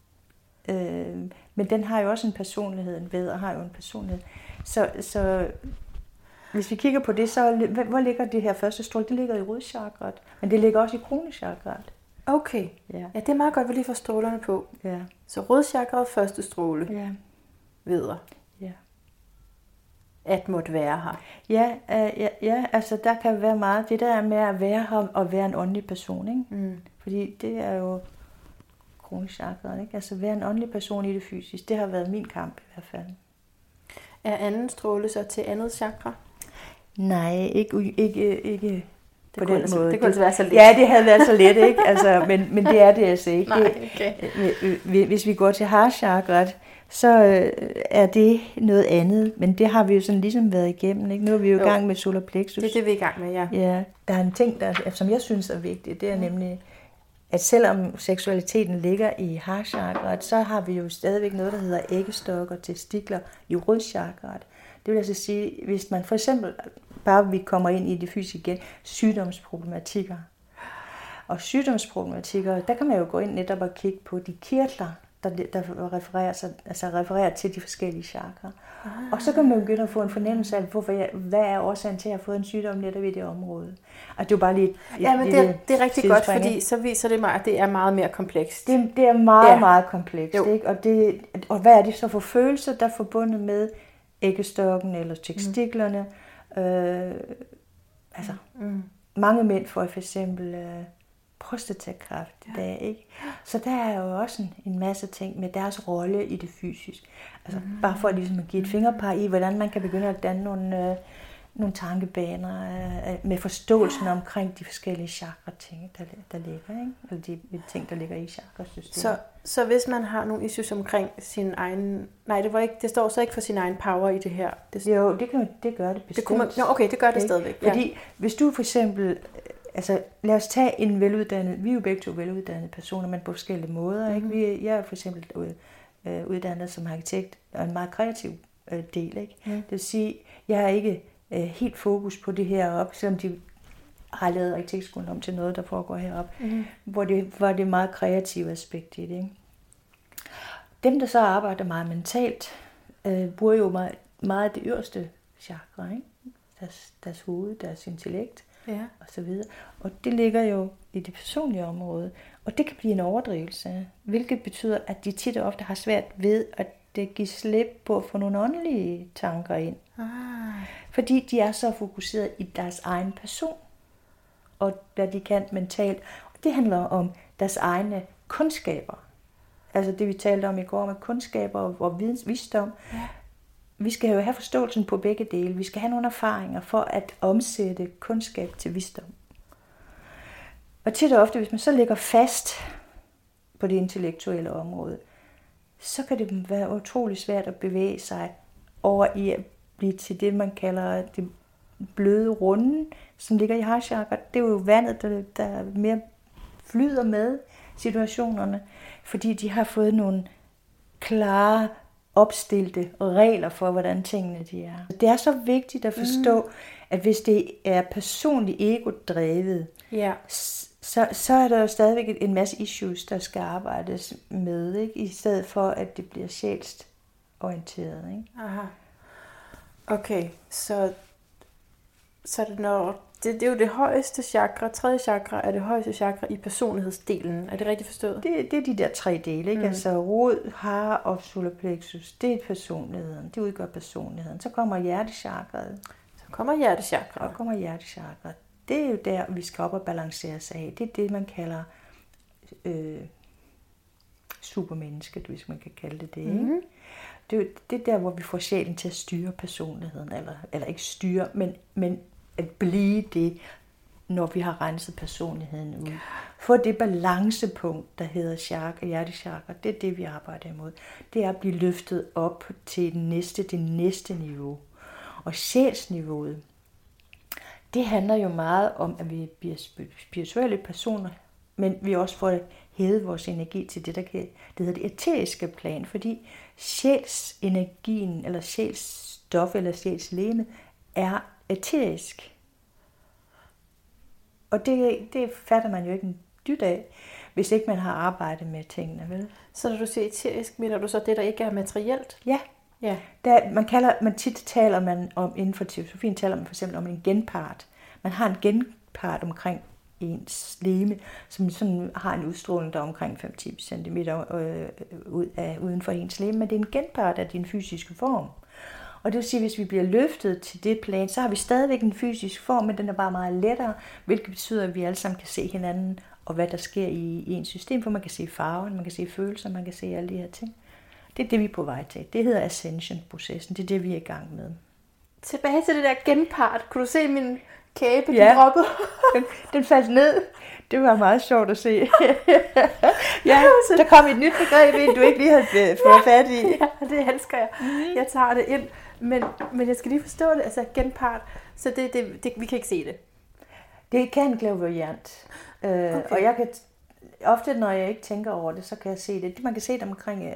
Men den har jo også en personlighed. En vædder har jo en personlighed. Så hvis vi kigger på det, så hvor ligger det her første stråle? Det ligger i rodchakraet, men det ligger også i kronechakraet. Okay. Ja, det er meget godt, at vi lige får strålerne på. Ja. Så rodchakraet, første stråle. Ja. Vædder. Ja. At måtte være her. Ja, altså der kan være meget. Det der med at være her og være en åndelig person, ikke? Mm. Fordi det er jo kronechakraet, ikke? Altså være en åndelig person i det fysiske. Det har været min kamp i hvert fald. Er anden stråle så til andet chakra? Nej, ikke på den måde. Det kunne altså være så let. Ja, det havde været så let, ikke? Altså, men det er det altså ikke. Nej, okay. Hvis vi går til heart-chakraet, så er det noget andet. Men det har vi jo sådan ligesom været igennem, ikke? Nu er vi jo i gang med solar plexus. Det er det, vi er i gang med, ja. Ja, der er en ting, som jeg synes er vigtig. Det er nemlig, at selvom seksualiteten ligger i heart-chakraet, så har vi jo stadigvæk noget, der hedder æggestok og testikler i rodchakraet. Det vil altså sige, hvis man for eksempel, bare vi kommer ind i det fysiske igen, sygdomsproblematikker. Og sygdomsproblematikker, der kan man jo gå ind netop og kigge på de kirtler, der refererer til de forskellige chakra. Og så kan man begynde at få en fornemmelse af, hvad er årsagen til at have fået en sygdom netop i det område. Og det er jo bare lige men det er rigtig godt, fordi så viser det mig, at det er meget mere komplekst. Det er meget, meget komplekst. Ikke? Og hvad er det så for følelser, der er forbundet med æggestokken eller testiklerne? Mange mænd får for eksempel prostatakræft i dag, ikke? Så der er jo også en masse ting med deres rolle i det fysiske. Altså bare for ligesom at give et fingerpeg i, hvordan man kan begynde at danne nogle tankebaner med forståelsen omkring de forskellige chakra-ting, der ligger, ikke? Eller de ting, der ligger i chakrasystemet. Så hvis man har nogle issues omkring sin egen... Nej, det står så ikke for sin egen power i det her. Jo, det gør det bestemt. Det gør det stadigvæk. Fordi hvis du for eksempel... Altså, lad os tage en veluddannet... Vi er jo begge to veluddannede personer, men på forskellige måder, ikke? Jeg er for eksempel uddannet som arkitekt, og en meget kreativ del, ikke? Det vil sige, jeg har ikke helt fokus på det heroppe, selvom de har lavet arkitektskolen om til noget, der foregår heroppe, hvor det er meget kreative aspekt i det, ikke? Dem, der så arbejder meget mentalt, bruger jo meget af det øverste chakra, ikke? Deres hoved, deres intellekt, og så videre. Og det ligger jo i det personlige område. Og det kan blive en overdrivelse, hvilket betyder, at de tit og ofte har svært ved at give slip på at få nogle åndelige tanker ind. Fordi de er så fokuseret i deres egen person, og hvad de kan mentalt. Og det handler om deres egne kundskaber. Altså det, vi talte om i går med kundskaber og visdom. Ja. Vi skal jo have forståelsen på begge dele. Vi skal have nogle erfaringer for at omsætte kundskab til visdom. Og tit og ofte, hvis man så ligger fast på det intellektuelle område, så kan det være utrolig svært at bevæge sig over i at blive til det, man kalder det bløde runde, som ligger i heartchakra. Det er jo vandet, der mere flyder med situationerne, fordi de har fået nogle klare, opstilte regler for, hvordan tingene de er. Det er så vigtigt at forstå, at hvis det er personligt ego-drevet, så er der jo stadigvæk en masse issues, der skal arbejdes med, ikke? I stedet for, at det bliver sjælsorienteret. Ikke? Aha. Okay, så det er jo det højeste chakra, tredje chakra er det højeste chakra i personlighedsdelen. Er det rigtigt forstået? Det er de der 3 dele, ikke? Altså rod, hare og solarplexus, det er personligheden. Det udgør personligheden. Så kommer hjertechakraet. Det er jo der, vi skal op og balancere sig af. Det er det, man kalder supermennesket, hvis man kan kalde det det. Ikke? Det er der, hvor vi får sjælen til at styre personligheden. Eller ikke styre, men at blive det, når vi har renset personligheden ud. Få det balancepunkt, der hedder hjertechakra, det er det, vi arbejder imod. Det er at blive løftet op til det næste niveau. Og sjælsniveauet, det handler jo meget om, at vi bliver spirituelle personer, men vi også får hævet vores energi til det, der hedder det æteriske plan, fordi sjælsenergien, eller sjælsstof, eller sjælslegeme, er æterisk. Og det fatter man jo ikke en dyt af, hvis ikke man har arbejdet med tingene, vel? Så når du siger æterisk, mener du så det, der ikke er materielt? Ja. Tit taler man om, inden for teosofien taler man for eksempel om en genpart. Man har en genpart omkring ens legeme, som sådan har en udstråling, der er omkring 5-10 cm uden for ens legeme, men det er en genpart af din fysiske form. Og det vil sige, at hvis vi bliver løftet til det plan, så har vi stadigvæk en fysisk form, men den er bare meget lettere, hvilket betyder, at vi alle sammen kan se hinanden, og hvad der sker i ens system, for man kan se farven, man kan se følelser, man kan se alle de her ting. Det er det, vi er på vej til. Det hedder ascension-processen. Det er det, vi er i gang med. Tilbage til det der genpart. Kunne du se min kæbe, den droppede? den faldt ned. Det var meget sjovt at se. Der kom et nyt begreb ind, du ikke lige havde fået fat i. Ja, det elsker jeg. Jeg tager det ind. Men jeg skal lige forstå det. Altså genpart. Så det, vi kan ikke se det. Det kan clairvoyant. Okay. Og jeg kan ofte, når jeg ikke tænker over det, så kan jeg se det. Man kan se det omkring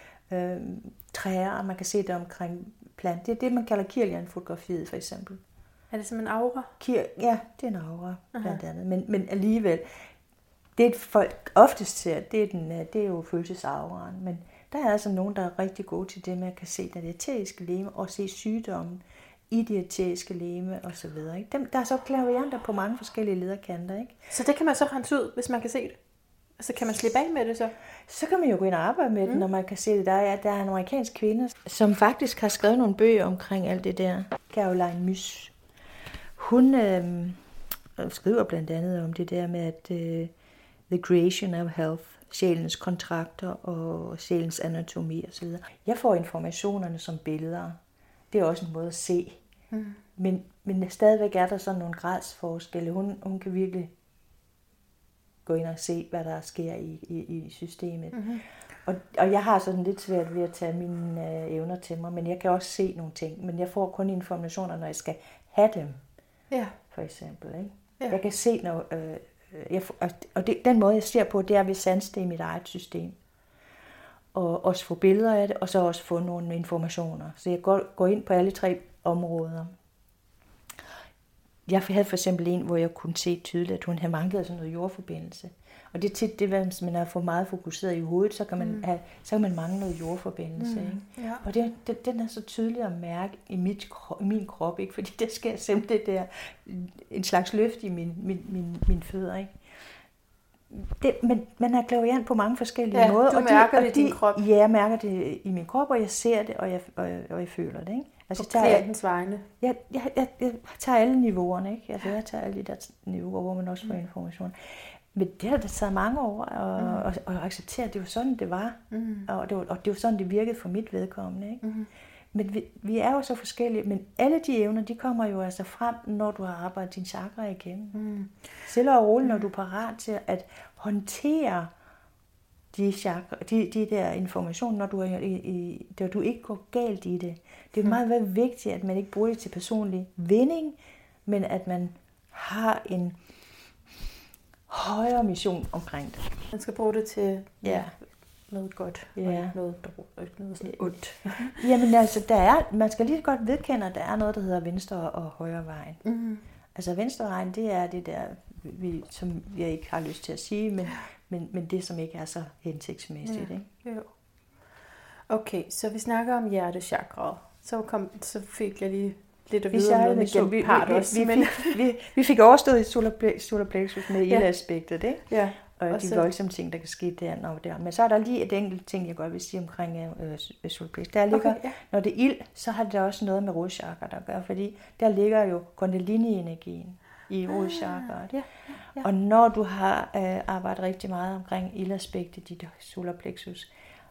træer, og man kan se det omkring planter. Det er det, man kalder Kirlian-fotografiet, for eksempel. Er det som en aura? Ja, det er en aura, blandt andet. Men alligevel, det folk oftest ser, det er jo følelsesauraen. Men der er altså nogen, der er rigtig gode til det med at kan se det æteriske legeme og se sygdommen i det æteriske legeme og så videre. Ikke? Der er så clairvoyanter på mange forskellige lederkanter. Ikke? Så det kan man så rense ud, hvis man kan se det? Altså kan man slippe af med det så? Så kan man jo gå ind og arbejde med det, når man kan se det. Der er en amerikansk kvinde, som faktisk har skrevet nogle bøger omkring alt det der. Caroline Myss. Hun skriver blandt andet om det der med, at the creation of health, sjælens kontrakter og sjælens anatomi osv. Jeg får informationerne som billeder. Det er også en måde at se. Men stadigvæk er der sådan nogle gradsforskelle. Hun kan virkelig gå ind og se, hvad der sker i systemet. Og jeg har sådan lidt svært ved at tage mine evner til mig, men jeg kan også se nogle ting. Men jeg får kun informationer, når jeg skal have dem. Ja. For eksempel. Ikke? Ja. Jeg kan se, den måde, jeg ser på, det er ved sanse det i mit eget system. Og også få billeder af det, og så også få nogle informationer. Så jeg går ind på alle 3 områder. Jeg havde for eksempel en, hvor jeg kunne se tydeligt, at hun havde manglet sådan noget jordforbindelse. Og det er tit det, hvis man er for meget fokuseret i hovedet, så kan man mangle noget jordforbindelse. Ikke? Ja. Og den er så tydelig at mærke i min krop, ikke? Fordi der sker simpelthen det der, en slags løft i min fødder. Ikke? Men man er klaverjant på mange forskellige måder. Du mærker det i din krop. Ja, jeg mærker det i min krop, og jeg ser det, og jeg føler det. Ikke? Altså, på klientens vegne. Jeg tager alle niveauerne. Ikke? Altså, jeg tager alle de der niveauer, hvor man også får information. Men det har taget mange år at acceptere, at det var sådan, det var. Og det var sådan, det virkede for mit vedkommende. Ikke? Men vi er jo så forskellige, men alle de evner, de kommer jo altså frem, når du har arbejdet din chakra igennem. Stille og roligt, når du er parat til at håndtere de der informationer, når du ikke går galt i det. Det er meget vigtigt, at man ikke bruger det til personlig vinding, men at man har en højere mission omkring det. Man skal bruge det til noget godt, og noget sådan ondt. Jamen altså, man skal lige godt vedkende, at der er noget, der hedder venstre og højre vejen. Altså venstre vejen, det er det der, som jeg ikke har lyst til at sige, men det, som ikke er så hensigtsmæssigt. Ikke? Jo. Okay, så vi snakker om hjertechakra. Så fik jeg lige lidt at vide om noget med genpart også. Vi fik overstået i solar plexus med ildaspektet, ikke? Ja. Og de voldsomme ting, der kan ske der. Men så er der lige et enkelt ting, jeg godt vil sige omkring solar plexus. Der ligger, når det er ild, så har det også noget med rodchakra der gør, fordi der ligger jo kundalini-energien i rodchakraet. Og når du har arbejdet rigtig meget omkring ildaspektet i solar plexus,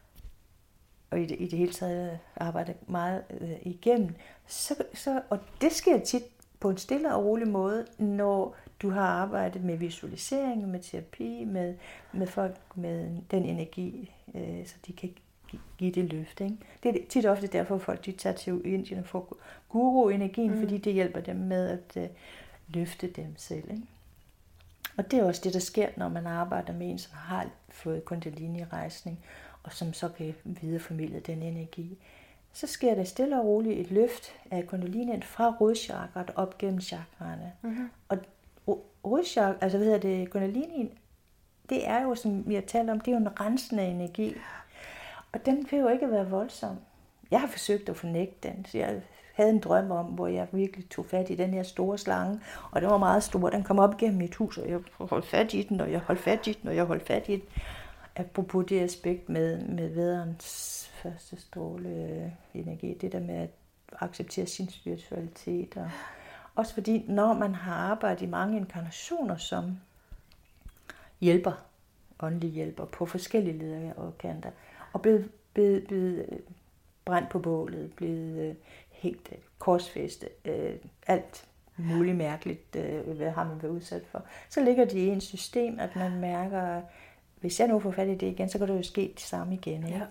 og i det hele taget arbejder meget igennem, og det sker tit på en stille og rolig måde, når du har arbejdet med visualisering, med terapi, med folk med den energi, så de kan give det løft. Ikke? Det er tit ofte derfor, at folk de tager til Indien og får guru-energien, fordi det hjælper dem med at løfte dem selv. Ikke? Og det er også det, der sker, når man arbejder med en, som har fået kundalini-rejsning, og som så kan videreformidle den energi. Så sker der stille og roligt et løft af kundalinien fra rodchakrat op gennem chakraerne. Og rodchakrat, altså kundalinien, det er jo, som vi har talt om, det er jo en rensende energi. Og den kan jo ikke være voldsom. Jeg har forsøgt at fornægte den, så jeg havde en drøm om, hvor jeg virkelig tog fat i den her store slange, og den var meget stor. Den kom op gennem mit hus, og jeg holdt fat i den, og jeg holdt fat i den, og jeg holdt fat i den. Apropos det aspekt med vædderens første stråle energi, det der med at acceptere sin spiritualitet. Og også fordi, når man har arbejdet i mange inkarnationer som hjælper, åndelig hjælper på forskellige ledere og kanter, og blevet brændt på bålet, blevet helt korsfæstet, alt muligt mærkeligt, hvad har man været udsat for, så ligger det i en system, at man mærker, hvis jeg nu får fat i det igen, så kan det jo ske det samme igen. Ikke?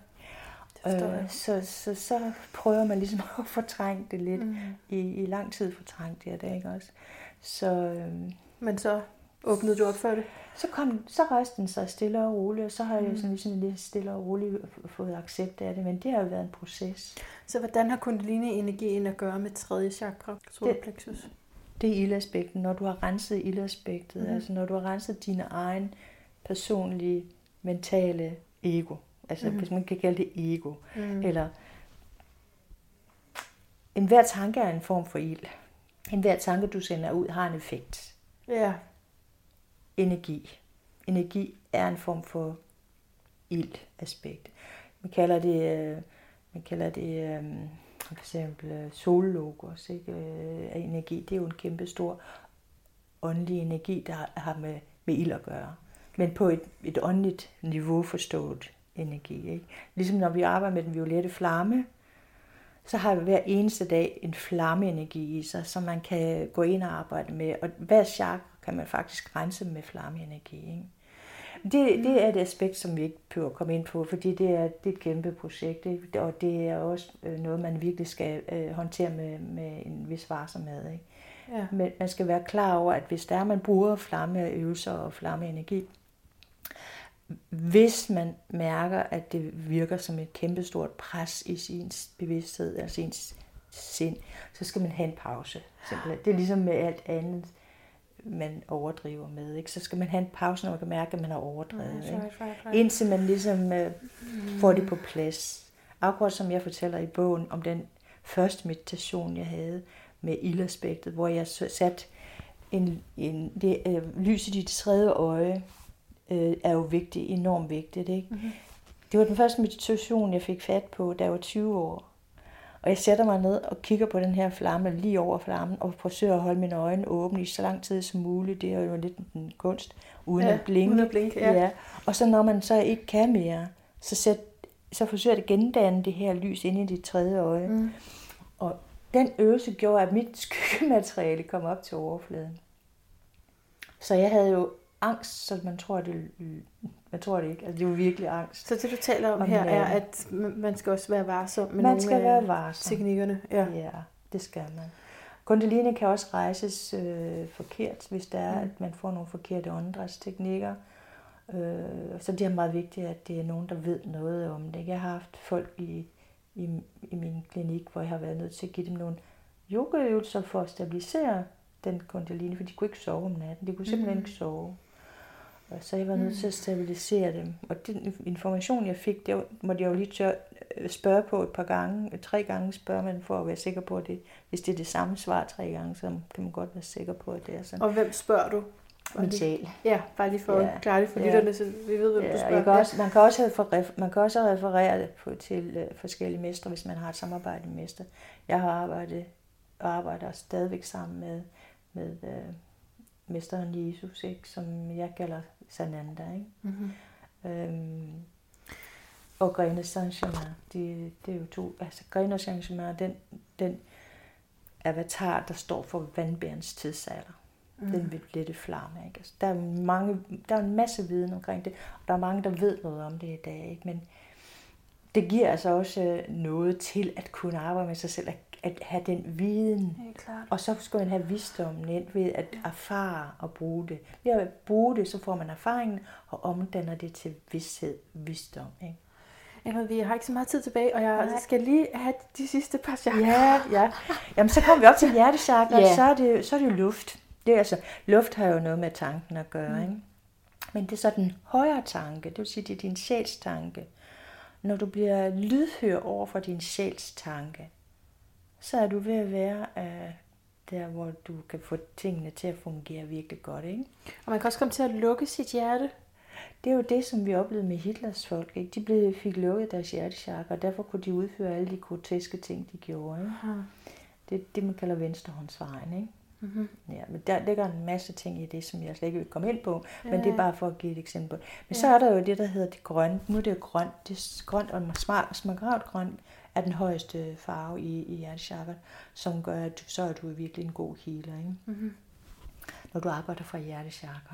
Så prøver man ligesom at fortrænge det lidt. I lang tid fortrængt det, ikke også? Men så åbnede du op for det? Så rejste den sig stille og roligt, og så har jeg sådan ligesom lidt stille og roligt fået accept af det, men det har jo været en proces. Så hvordan har kundalini-energien at gøre med tredje chakra, solar plexus? Det er ildaspektet. Når du har renset ildaspektet, altså når du har renset dine egen personlige, mentale ego, altså hvis man kan kalde det ego, eller enhver tanke er en form for ild. Enhver tanke, du sender ud, har en effekt. Ja. Energi er en form for ildaspekt. Man kalder det for eksempel sollogos, ikke? Energi, det er jo en kæmpe stor åndelig energi, der har med ild at gøre. Men på et åndeligt niveau forstået energi. Ikke? Ligesom når vi arbejder med den violette flamme, så har vi hver eneste dag en flammeenergi i sig, som man kan gå ind og arbejde med. Og hver chakra kan man faktisk rense med flammeenergi. Ikke? Det er et aspekt, som vi ikke behøver at komme ind på, fordi det er et kæmpe projekt. Ikke? Og det er også noget, man virkelig skal håndtere med en vis varsomhed. Ikke? Ja. Men man skal være klar over, at hvis man bruger flammeøvelser og flammeenergi, hvis man mærker, at det virker som et kæmpestort pres i sin bevidsthed eller sin sind, så skal man have en pause. Simpelthen. Det er ligesom med alt andet, man overdriver med. Ikke? Så skal man have en pause, når man kan mærke, at man har overdrevet. Ikke? Indtil man ligesom får det på plads. Akkurat som jeg fortæller i bogen om den første meditation, jeg havde med ildaspektet, hvor jeg satte lyset i det tredje øje er jo vigtigt, enormt vigtigt. Ikke? Mm-hmm. Det var den første meditation, jeg fik fat på, da jeg var 20 år. Og jeg sætter mig ned og kigger på den her flamme lige over flammen, og forsøger at holde mine øjne åbne i så lang tid som muligt. Det er jo lidt en kunst, uden at blinke. Uden at blinke, ja. Og så når man så ikke kan mere, så forsøger jeg at gendanne det her lys inde i dit tredje øje. Mm. Og den øvelse gjorde, at mit skyggemateriale kom op til overfladen. Så jeg havde jo angst, så man tror det ikke. Altså, det er jo virkelig angst. Så det, du taler om her, er, at man skal også være varsom med nogle af teknikkerne. Ja, det skal man. Kundalini kan også rejses forkert, hvis det er, at man får nogle forkerte åndedrætsteknikker. Så det er meget vigtigt, at det er nogen, der ved noget om det. Jeg har haft folk i min klinik, hvor jeg har været nødt til at give dem nogle yogaøvelser for at stabilisere den kundalini, for de kunne ikke sove om natten. De kunne simpelthen ikke sove. Og så jeg var nødt til at stabilisere dem. Og den information, jeg fik, det måtte jeg jo lige spørge på et par gange. 3 gange spørger man for at være sikker på, at hvis det er det samme svar 3 gange, så kan man godt være sikker på, at det er sådan. Og hvem spørger du? Min sjæl. Ja, bare lige for at klare det for lytterne, så vi ved, hvem du spørger. Man kan også referere det til forskellige mestre, hvis man har et samarbejde med mestre. Jeg har arbejder stadigvæk sammen med mesteren Jesus, ikke, som jeg kalder Sananda, ikke? Mm-hmm. Og Grene Saint-Germain, det er jo to. Altså Grene Saint-Germain, den avatar, der står for vandbærens tidsalder. Den lette flamme, ikke? Altså, der er en masse viden omkring det, og der er mange, der ved noget om det i dag, ikke? Men det giver altså også noget til at kunne arbejde med sig selv, at have den viden. Og så skal man have visdommen ind ved at erfare og bruge det. Ved at bruge det, så får man erfaringen og omdanner det til visdom. Ikke? Jamen, vi har ikke så meget tid tilbage, og jeg skal lige have de sidste par chakra. Ja. Jamen, så kommer vi op til hjertechakra, så er det jo luft. Det er altså, luft har jo noget med tanken at gøre, ikke? Men det er så den højere tanke, det vil sige, det er din sjælstanke. Når du bliver lydhør over for din sjælstanke, så er du ved at være der, hvor du kan få tingene til at fungere virkelig godt, ikke? Og man kan også komme til at lukke sit hjerte. Det er jo det, som vi oplevede med Hitlers folk, ikke? De fik lukket deres hjertechakra, og derfor kunne de udføre alle de groteske ting, de gjorde, ikke? Det er det, man kalder venstrehåndsvejen, ikke? Mm-hmm. Ja, men der ligger en masse ting i det, som jeg slet ikke vil komme ind på, men det er bare for at give et eksempel. Men så er der jo det, der hedder det grønne. Nu er det jo grønt. Det er grønt og smaragd grønt er den højeste farve i hjertechakra, som gør, at så er du virkelig en god healer, ikke? Mm-hmm. Når du arbejder fra hjertechakra.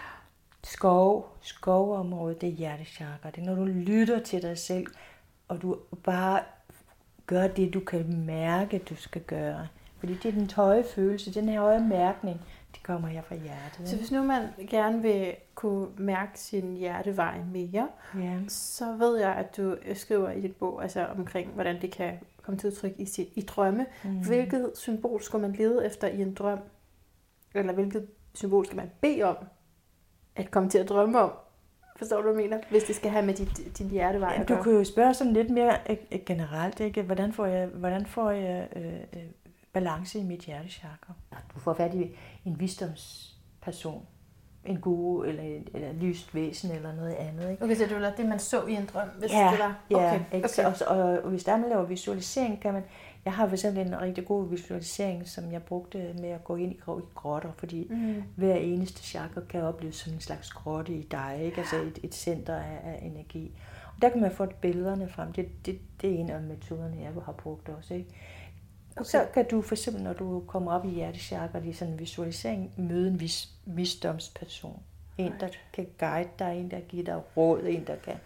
Skovområdet, det er hjertechakra. Det er når du lytter til dig selv, og du bare gør det, du kan mærke, du skal gøre. Fordi det er den høje følelse, den her høje mærkning, det kommer her fra hjertet. Så hvis nu man gerne vil kunne mærke sin hjertevej mere, så ved jeg, at du skriver i dit bog altså omkring, hvordan det kan komme til udtryk i drømme. Hvilket symbol skal man lede efter i en drøm? Eller hvilket symbol skal man bede om at komme til at drømme om? Forstår du, hvad jeg mener? Hvis det skal have med din hjertevej at gøre. Du kan jo spørge sådan lidt mere generelt, ikke? Hvordan får jeg balance i mit hjertechakra? Du får fat i en visdomsperson, en guru eller lyst væsen eller noget andet, ikke? Okay, så det var det, man så i en drøm, hvis det var? Okay. Og hvis der man laver visualisering, kan man... Jeg har for eksempel en rigtig god visualisering, som jeg brugte med at gå ind i grotter, fordi hver eneste chakra kan opleves som en slags grotte i dig, ikke? Altså et center af energi. Og der kan man få billederne frem. Det er en af metoderne, jeg har brugt også, ikke? Okay. Så kan du for eksempel, når du kommer op i hjertechakra, i sådan en visualisering, møde en visdomsperson. En, der kan guide dig, en, der giver dig råd, en, der kan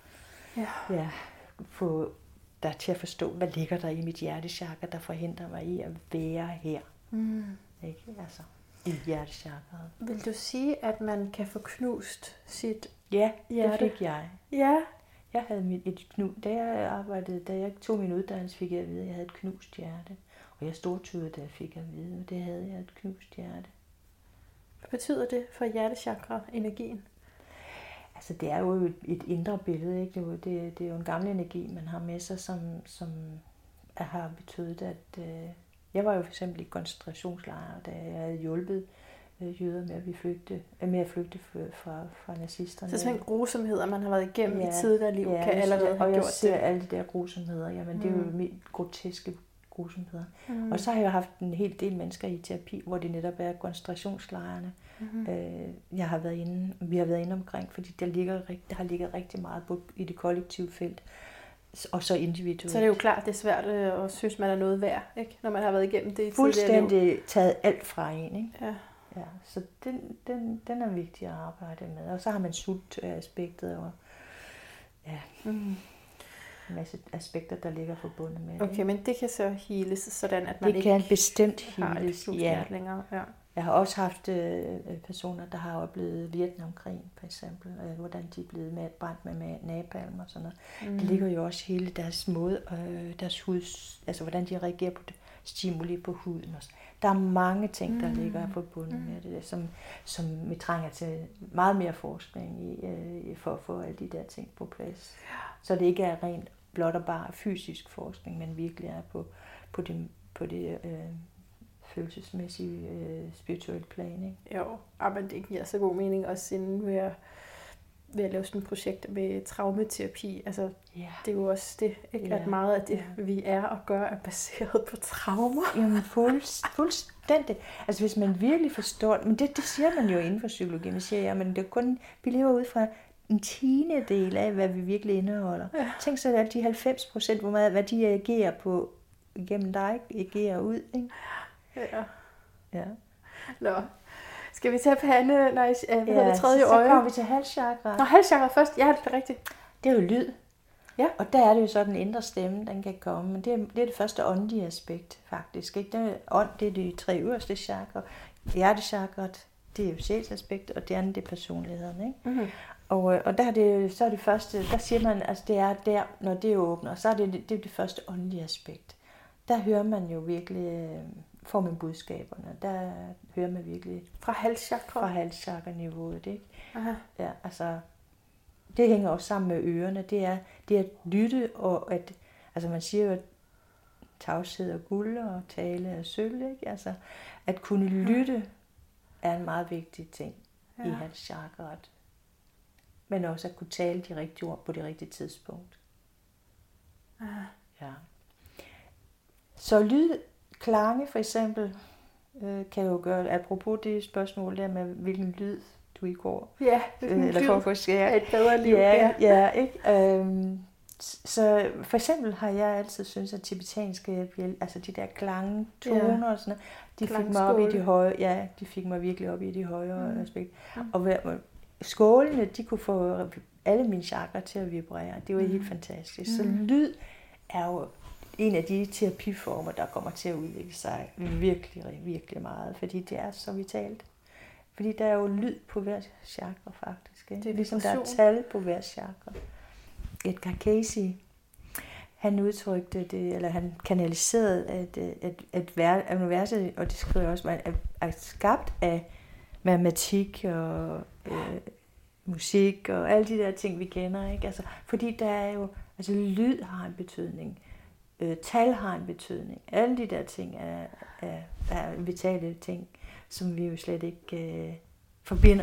få dig til at forstå, hvad ligger der i mit hjertechakra, der forhindrer mig i at være her. Ikke? Altså, i hjertechakraet. Vil du sige, at man kan få knust sit hjerte? Ja, det fik jeg. Ja. Jeg havde da jeg tog min uddannelse, fik jeg at vide, at jeg havde et knust hjerte. Og jeg stortudede, da jeg fik at vide, at det havde jeg et knust hjerte. Hvad betyder det for hjertechakra-energien? Altså, det er jo et indre billede, ikke? Det er jo en gammel energi, man har med sig, som har betydet, at... Jeg var jo for eksempel i koncentrationslejre, da jeg havde hjulpet jøder med at flygte fra nazisterne. Så simpelthen grusomheder, man har været igennem i tidligere liv, kan allerede have gjort det. Og jeg ser alle de der grusomheder, jamen det er jo groteske grusomheder. Og så har jeg haft en hel del mennesker i terapi, hvor det netop er koncentrationslejrene. Vi har været inde omkring, fordi der har ligget rigtig meget i det kollektive felt, og så individuelt. Så det er jo klart, det er svært at synes, man er noget værd, ikke? Når man har været igennem det i fuldstændig taget alt fra en, ikke? Ja. Så den er vigtig at arbejde med. Og så har man sultaspektet og en masse aspekter, der ligger forbundet med det. Okay, men det kan så heales, sådan at man det kan bestemt heales. Ja. Jeg har også haft personer, der har oplevet Vietnamkrigen, for eksempel, hvordan de er blevet brændt med napalm og sådan noget. Det ligger jo også hele deres måde, deres hud, altså hvordan de reagerer på det, stimuli på huden. Og der er mange ting, der ligger forbundet med det, som vi trænger til meget mere forskning i for at få alle de der ting på plads. Så det ikke er rent blot og bare fysisk forskning, men virkelig er på det følelsesmæssige, spirituelle plan, ikke? Jo, men det giver så god mening også inden ved at lave sådan et projekt med traumaterapi. Altså, det er jo også det, ikke? At meget af det, vi er og gør, er baseret på traumer. Jamen, fuldstændig. Altså, hvis man virkelig forstår det, men det siger man jo inden for psykologi, man siger, men det er kun, vi lever ud fra en tiendedel af, hvad vi virkelig indeholder. Ja. Tænk så, at de 90%, hvor meget, hvad de agerer på igennem dig, agerer ud, ikke? Ja. Nå, skal vi tage pande? Nej, det tredje øje? Så kommer vi til halschakra. Nå, halschakra først. Ja, det er rigtigt. Det er jo lyd. Ja. Og der er det jo så den indre stemme, den kan komme. Men det er det første åndelige aspekt, faktisk. Ikke? Det er de 3 øverste chakra. Hjertechakrat, det er jo sjælsaspekt, og det andet, det er personligheden. Ikke? Mm-hmm. Og der er så er det første, der siger man, altså det er der, når det åbner, så er det er det første åndelige aspekt. Der hører man jo virkelig, får man budskaberne, der hører man virkelig fra halschakra-niveauet, ikke? Aha. Ja, altså det hænger også sammen med ørerne, det er at lytte, og at, altså man siger jo, at tavshed er guld, og tale er sølv, ikke? Altså at kunne lytte er en meget vigtig ting i halschakrat. Men også at kunne tale de rigtige ord på det rigtige tidspunkt. Ja. Så klange for eksempel kan jo gøre, apropos det spørgsmål der med, hvilken lyd du i går. Ja, eller for at få skære. Et bedre liv. Ja, ikke? Så for eksempel har jeg altid syntes, at tibetanske, altså de der klange, toner og sådan noget, de fik mig op i de høje, de fik mig virkelig op i de højere aspekter. Og skålene, de kunne få alle mine chakra til at vibrere. Det var helt fantastisk. Så lyd er jo en af de terapiformer, der kommer til at udvikle sig virkelig, virkelig meget, fordi det er så vitalt. Fordi der er jo lyd på hver chakra, faktisk. Ikke? Det er ligesom der er tal på hver chakra. Edgar Cayce, han udtrykte det, eller han kanaliserede, at universet, og det skriver jeg også, er skabt af matematik og musik og alle de der ting, vi kender, ikke? Altså, fordi der er jo, altså lyd har en betydning, tal har en betydning, alle de der ting er vitale ting, som vi jo slet ikke forbinder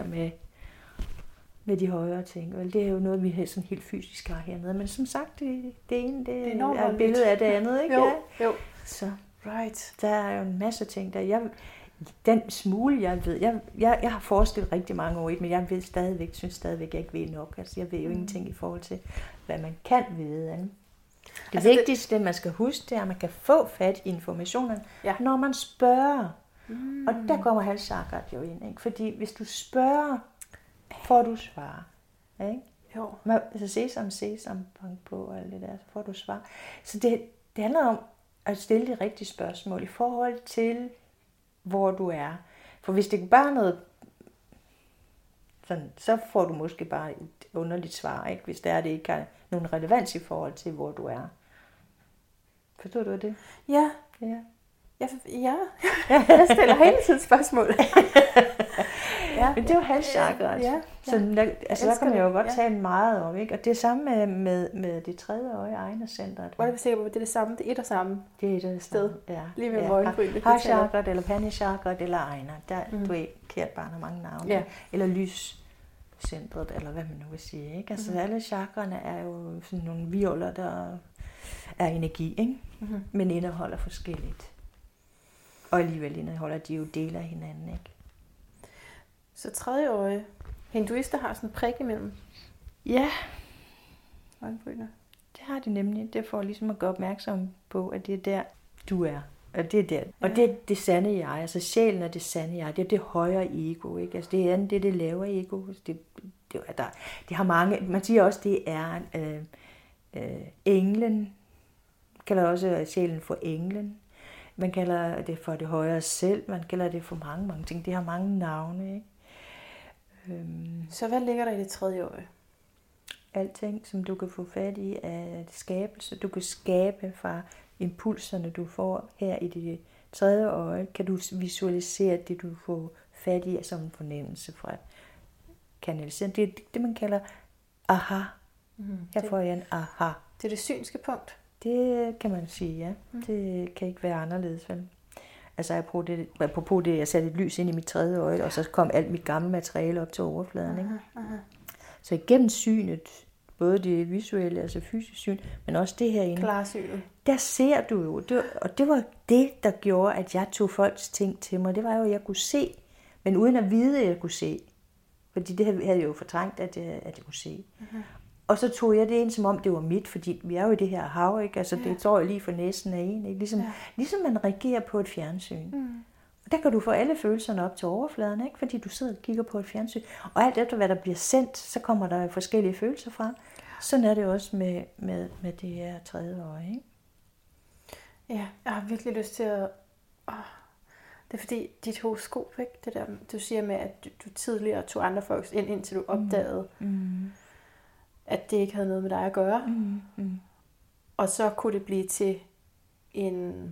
med de højere ting. Og det er jo noget, vi sådan helt fysisk har hernede. Men som sagt, det ene, det er et billede af det andet, ikke? Jo. Så right. Der er jo en masse ting, der den smule, jeg ved, jeg har forsket rigtig mange år i, men jeg synes stadigvæk, jeg ikke ved nok. Altså, jeg ved jo ingenting i forhold til, hvad man kan vide. Ikke? Det vigtigste, man skal huske, det er, at man kan få fat i informationen, når man spørger. Og der kommer halschakrat jo ind, ikke? Fordi hvis du spørger, får du svar. Ikke? Jo. Altså sesam, bank på og alt det der, så får du svar. Så det handler om at stille de rigtige spørgsmål i forhold til, hvor du er. For hvis det bare er noget sådan, så får du måske bare et underligt svar, ikke? Hvis det ikke har nogen relevans i forhold til, hvor du er. Forstår du det? Ja. Jeg stiller hele tiden spørgsmål. Men det er jo halschakrat. Så der kan man jo godt tale meget om, ikke? Og det er samme med det tredje øje, Ajna-centret. Hvor er du sikker på, at det er det samme? Det er et og samme? Det er et sted. Ja. Lige ved øjenbryn. Halschakrat eller Panichakrat eller Ajna. Du er kært barn har mange navne. Ja. Eller lyscentret, eller hvad man nu vil sige, ikke? Altså alle chakrene er jo sådan nogle virvler, der er energi, ikke? Men indeholder forskelligt. Og alligevel indeholder de jo dele af hinanden, ikke? Så tredje øje. Hinduister har sådan en prik imellem. Ja. Øjenbrynene. Det har de nemlig. Det får ligesom at gøre opmærksom på, at det er der, du er. Og det er der. Og det er det sande jeg. Altså sjælen er det sande jeg. Det er det højere ego, ikke? Altså det er det lavere ego. Det har mange. Man siger også, det er englen. Man kalder også sjælen for englen. Man kalder det for det højere selv. Man kalder det for mange ting. Det har mange navne, ikke? Så hvad ligger der i det tredje øje? Alting, som du kan få fat i af skabelse. Du kan skabe fra impulserne, du får her i det tredje øje. Kan du visualisere det, du får fat i som en fornemmelse fra kanalisering. Det er det, man kalder aha. Her får jeg en aha. Det er det synske punkt? Det kan man sige, ja. Det kan ikke være anderledes, vel? Altså apropos det, jeg satte et lys ind i mit tredje øje, og så kom alt mit gamle materiale op til overfladen, ikke? Så igennem synet, både det visuelle, altså fysisk syn, men også det herinde. Klarsynet. Der ser du jo, og det var det, der gjorde, at jeg tog folks ting til mig. Det var jo, at jeg kunne se, men uden at vide, at jeg kunne se. Fordi det havde jeg jo fortrængt, at jeg kunne se. Og så tog jeg det ind, som om det var mit, fordi vi er jo i det her hav, ikke? Altså det står jo lige for næsen af en, ikke? Ligesom man reagerer på et fjernsyn. Og der kan du få alle følelserne op til overfladen, ikke? Fordi du sidder og kigger på et fjernsyn. Og alt efter hvad der bliver sendt, så kommer der forskellige følelser frem. Sådan er det også med det her tredje øje, ikke? Ja, jeg har virkelig lyst til at... Det er fordi, dit horoskop, ikke? Det der, du siger med, at du tidligere tog andre folks ind, indtil du opdagede, at det ikke havde noget med dig at gøre. Og så kunne det blive til en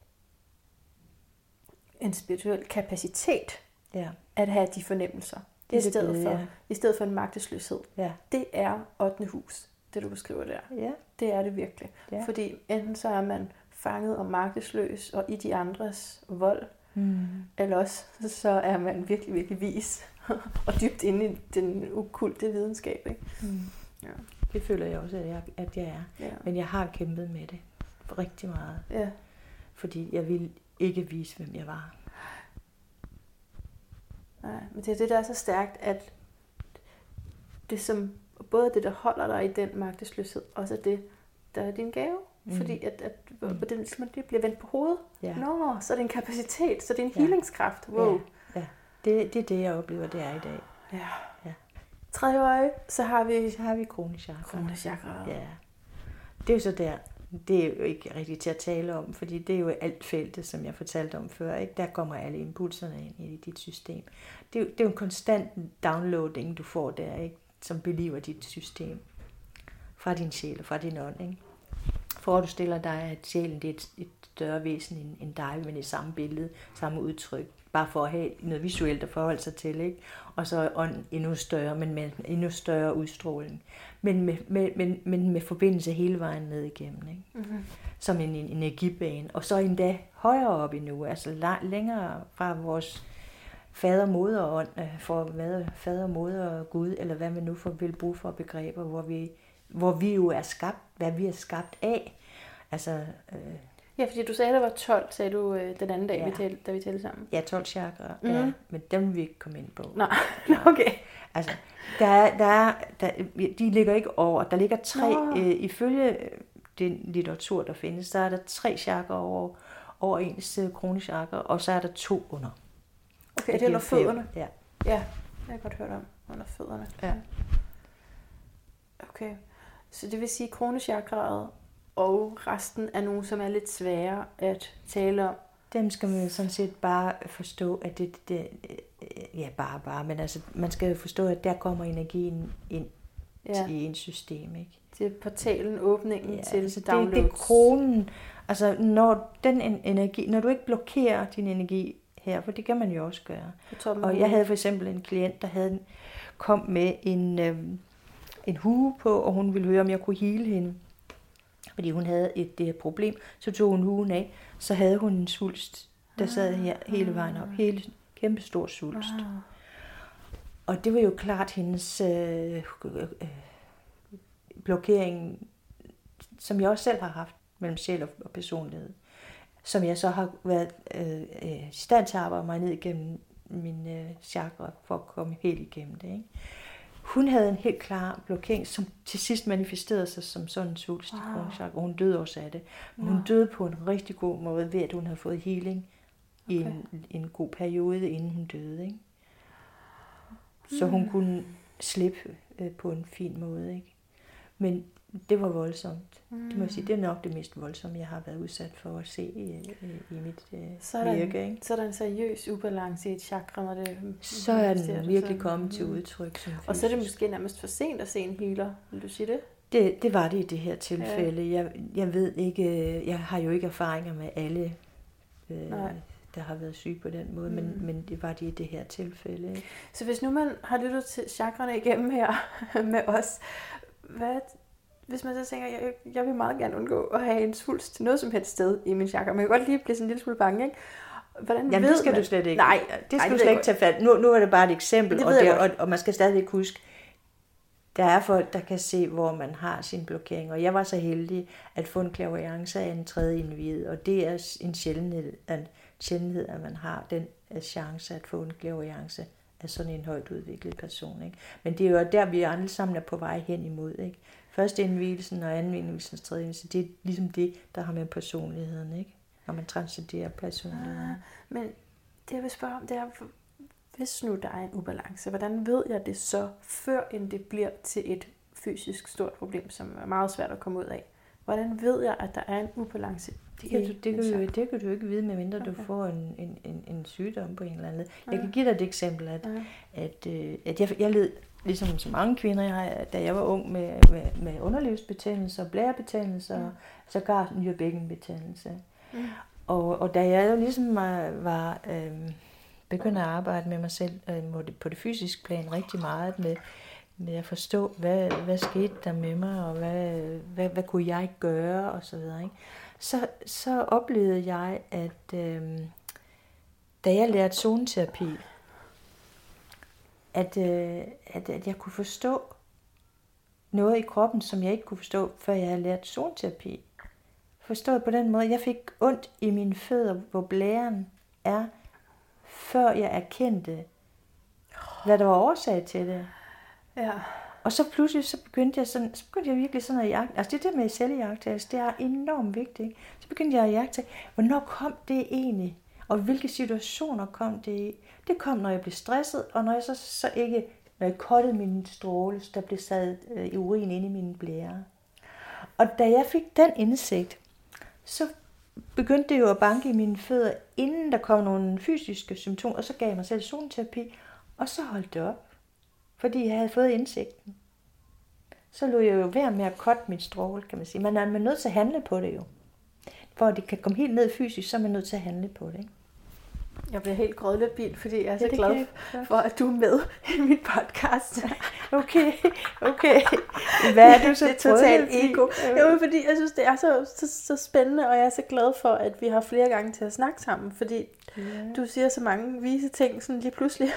spirituel kapacitet at have de fornemmelser. I stedet for en magtesløshed. Ja. Det er 8. hus, det du beskriver der. Ja. Det er det virkelig. Ja. Fordi enten så er man fanget og magtesløs og i de andres vold, eller også så er man virkelig, virkelig vis og dybt inde i den okulte videnskab. Ikke? Ja. Det føler jeg også, at jeg er. Ja. Men jeg har kæmpet med det rigtig meget. Ja. Fordi jeg ville ikke vise, hvem jeg var. Nej, men det er det, der er så stærkt, at det som, både det, der holder dig i den magtesløshed, også det, der er din gave. Fordi at det bliver vendt på hovedet. Ja. Så er det en kapacitet, så det er en healingskraft. Wow. Ja. Det er det, jeg oplever, det er i dag. Ja. Tredje øje, så har vi kronechakra. Ja. Det er jo så der. Det er jo ikke rigtigt til at tale om, fordi det er jo alt feltet, som jeg fortalte om før. Ikke? Der kommer alle impulserne ind i dit system. Det er jo en konstant downloading, du får der, ikke? Som beliver dit system. Fra din sjæl og fra din ånd. Ikke? Forestiller dig, at sjælen det er et større væsen end dig, men i samme billede, samme udtryk. Bare for at have noget visuelt at forholde sig til. Ikke? Og så er ånden endnu større, men med endnu større udstråling. Men med forbindelse hele vejen ned igennem. Ikke? Mm-hmm. Som en energibane. Og så endda højere op endnu. Altså længere fra vores fader, moder ånd. Fader, moder Gud, eller hvad man nu vil bruge for begreber, hvor vi jo er skabt, hvad vi er skabt af. Altså, ja, fordi du sagde, at der var 12, sagde du den anden dag, da vi talte sammen. Ja, 12 chakra, ja, men dem vil vi ikke komme ind på. Nej, okay. Altså, de ligger ikke over. Der ligger 3, ifølge den litteratur, der findes, der er der 3 chakra over ens kronechakra, og så er der 2 under. Okay, det er under fødderne? Ja. Ja, det har jeg godt hørt om, under fødderne. Ja. Okay, så det vil sige, at kronechakraet og resten er nogle, som er lidt svære at tale om. Dem skal man sådan set bare forstå, at det men altså, man skal forstå, at der kommer energien ind i ens system, ikke? Det er portalen, åbningen til altså downloads. Det er kronen. Altså når den energi, når du ikke blokerer din energi her, for det kan man jo også gøre. Og jeg havde for eksempel en klient, der kom med en hue på, og hun ville høre, om jeg kunne heale hende. Fordi hun havde det her problem. Så tog hun huen af, så havde hun en svulst, der sad her hele vejen op. Hele kæmpe stor svulst. Og det var jo klart hendes blokering, som jeg også selv har haft mellem sjæl og personlighed. Som jeg så har været i stand til at arbejde mig ned igennem mine chakra for at komme helt igennem det. Ikke? Hun havde en helt klar blokering, som til sidst manifesterede sig som sådan en svulst i kronchakra, og hun døde også af det. Men hun døde på en rigtig god måde, ved at hun havde fået healing i en god periode, inden hun døde. Ikke? Så hun kunne slippe på en fin måde. Ikke? Men det var voldsomt. Det må jeg sige, det er nok det mest voldsomme, jeg har været udsat for at se i mit virke. Ikke? Så er der en seriøs ubalance i et chakra, når det... Så er den virkelig kommet til udtryk. Og så er det måske nærmest for sent at se en healer. Vil du sige det? Det var det i det her tilfælde. Jeg ved ikke, jeg har jo ikke erfaringer med alle, der har været syge på den måde, men det var det i det her tilfælde. Ikke? Så hvis nu man har lyttet til chakrene igennem her med os, hvis man så tænker, jeg vil meget gerne undgå at have en svulst til noget som helst sted i min chakra, men jeg kan godt lige blive sådan en lille smule bange, ikke? Jamen det skal du slet ikke. Nej, det skal du slet ikke tage fat. Nu er det bare et eksempel, og man skal stadig huske, der er folk, der kan se, hvor man har sin blokering. Og jeg var så heldig at få en clairvoyance af en tredje individ, og det er en sjældenhed, at man har den chance at få en clairvoyance af sådan en højt udviklet person. Ikke? Men det er jo der, vi alle sammen er på vej hen imod. Ikke? Først indvielsen og anden indvielsens tredje indvielsen, det er ligesom det, der har med personligheden, ikke? Når man transcenderer personligheden. Men det jeg vil spørge om, det er, hvis nu der er en ubalance, hvordan ved jeg det så, før end det bliver til et fysisk stort problem, som er meget svært at komme ud af? Hvordan ved jeg, at der er en ubalance? Det kan du ikke vide, medmindre du får en sygdom på en eller anden. Jeg kan give dig et eksempel, at jeg led, ligesom så mange kvinder, da jeg var ung, med underlivsbetændelse og blærebetændelse og sågar nyrebækkenbetændelse. Og da jeg jo ligesom var begyndt at arbejde med mig selv på det fysiske plan rigtig meget med at forstå, hvad skete der med mig, og hvad kunne jeg gøre, og så videre, ikke? Så oplevede jeg, at da jeg lærte zoneterapi, at jeg kunne forstå noget i kroppen, som jeg ikke kunne forstå, før jeg havde lært zoneterapi. Forstået på den måde, jeg fik ondt i mine fødder, hvor blæren er, før jeg erkendte, hvad der var årsag til det. Ja. Og så pludselig, så begyndte jeg virkelig sådan at jagte. Altså det der med selvjagttagelse, det er enormt vigtigt. Så begyndte jeg at jagtage, hvornår kom det egentlig? Og hvilke situationer kom det i? Det kom, når jeg blev stresset, og når jeg kottede min stråle, der blev sat urin inde i mine blære. Og da jeg fik den indsigt, så begyndte det jo at banke i mine fødder, inden der kom nogle fysiske symptomer, og så gav jeg mig selv zoneterapi, og så holdt det op. Fordi jeg havde fået indsigten. Så lå jeg jo være med at cutte min stråle, kan man sige. Man er nødt til at handle på det jo. For at det kan komme helt ned fysisk, så er man nødt til at handle på det, ikke? Jeg bliver helt grødlabil, fordi jeg er så glad for, at du er med i min podcast. Okay. Hvad er du så totalt ego? Jo, fordi jeg synes, det er så spændende, og jeg er så glad for, at vi har flere gange til at snakke sammen, fordi du siger så mange vise ting sådan lige pludselig.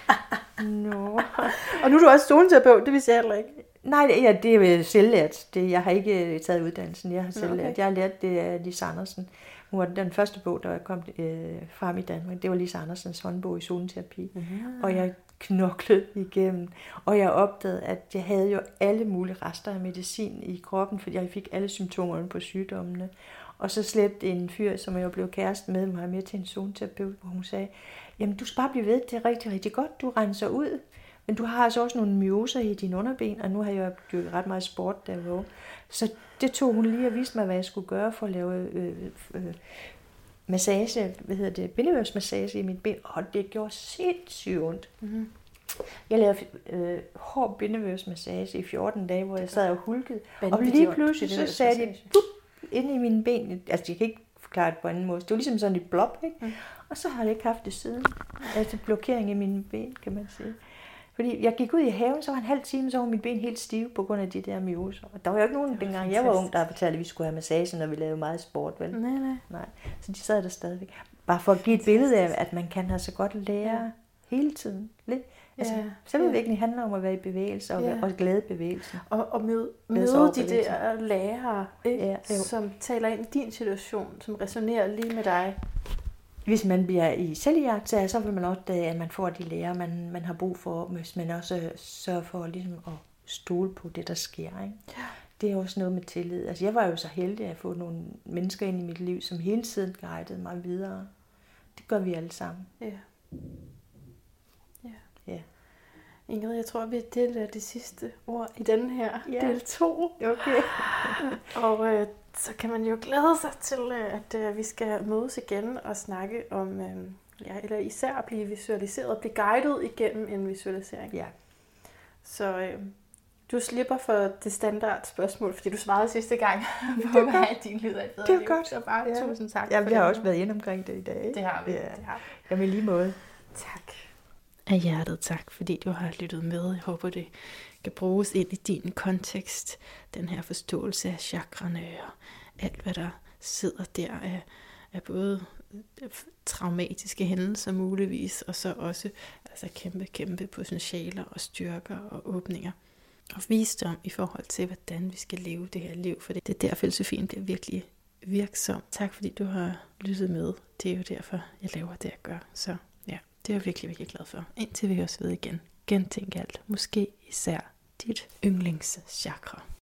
Og nu er du også zoneterapeut, det vidste jeg heller ikke. Nej, det er selvlært. Jeg har ikke taget uddannelsen, jeg har selvlært. Okay. Jeg har lært det af Lise Andersen. Hun var den første bog, der kom frem i Danmark. Det var Lise Andersens håndbog i zoneterapi. Og jeg knoklede igennem. Og jeg opdagede, at jeg havde jo alle mulige rester af medicin i kroppen, fordi jeg fik alle symptomerne på sygdommene. Og så slæbte en fyr, som jeg blev kæreste med mig til en zoneterapeut, hvor hun sagde, jamen du skal bare blive ved, det er rigtig, rigtig godt, du renser ud. Men du har altså også nogle myoser i dine underben, og nu har jeg jo ret meget sport derovre. Så det tog hun lige og viste mig, hvad jeg skulle gøre for at lave massage, bindevævsmassage i mit ben, og det gjorde sindssygt ondt. Jeg lavede hård bindevævsmassage i 14 dage, hvor jeg sad og hulkede. Og lige pludselig så sagde de ind i mine ben. Altså, jeg kan ikke forklare det på anden måde. Det var ligesom sådan et blob, ikke? Mm. Og så har jeg ikke haft det siden. Altså blokering i mine ben, kan man sige. Fordi jeg gik ud i haven, så var en halv time, så var mine ben helt stive på grund af de der myoser. Og der var jo ikke nogen, dengang jeg var ung, der fortalte, at vi skulle have massage, når vi lavede meget sport, vel? Nej. Så de sad der stadigvæk. Bare for at give et billede af, at man kan altså godt lære hele tiden. Lidt. Altså, selvudvikling handler om at være i bevægelse og glæde bevægelsen. Og møde de der lærere, som taler ind i din situation, som resonerer lige med dig. Hvis man bliver i selvjagt, så vil man også, at man får de lærer, man har brug for, hvis man også sørger for ligesom at stole på det, der sker. Ikke? Ja. Det er også noget med tillid. Altså, jeg var jo så heldig at få nogle mennesker ind i mit liv, som hele tiden guidede mig videre. Det gør vi alle sammen. Ja. Ingrid, jeg tror, vi deler det sidste ord i den her del 2. Okay. Og så kan man jo glæde sig til, at vi skal mødes igen og snakke om, eller især at blive visualiseret, blive guidet igennem en visualisering. Ja. Så du slipper for det standard spørgsmål, fordi du svarede sidste gang på, hvad din lyd af et bedre liv. Det er godt. Så bare tusind tak. Ja, vi har også været inde omkring det i dag. Det har vi. Ja. Jamen i lige måde. Tak. Af hjertet tak, fordi du har lyttet med. Jeg håber, det kan bruges ind i din kontekst. Den her forståelse af chakrene og alt, hvad der sidder der af både traumatiske hændelser muligvis, og så også altså kæmpe potentialer og styrker og åbninger. Og visdom i forhold til, hvordan vi skal leve det her liv. For det er der, filosofien bliver virkelig virksom. Tak, fordi du har lyttet med. Det er jo derfor, jeg laver det, jeg gør. Så ja, det er jeg virkelig glad for. Indtil vi også ved igen. Gentænk alt. Måske især dit yndlingschakra.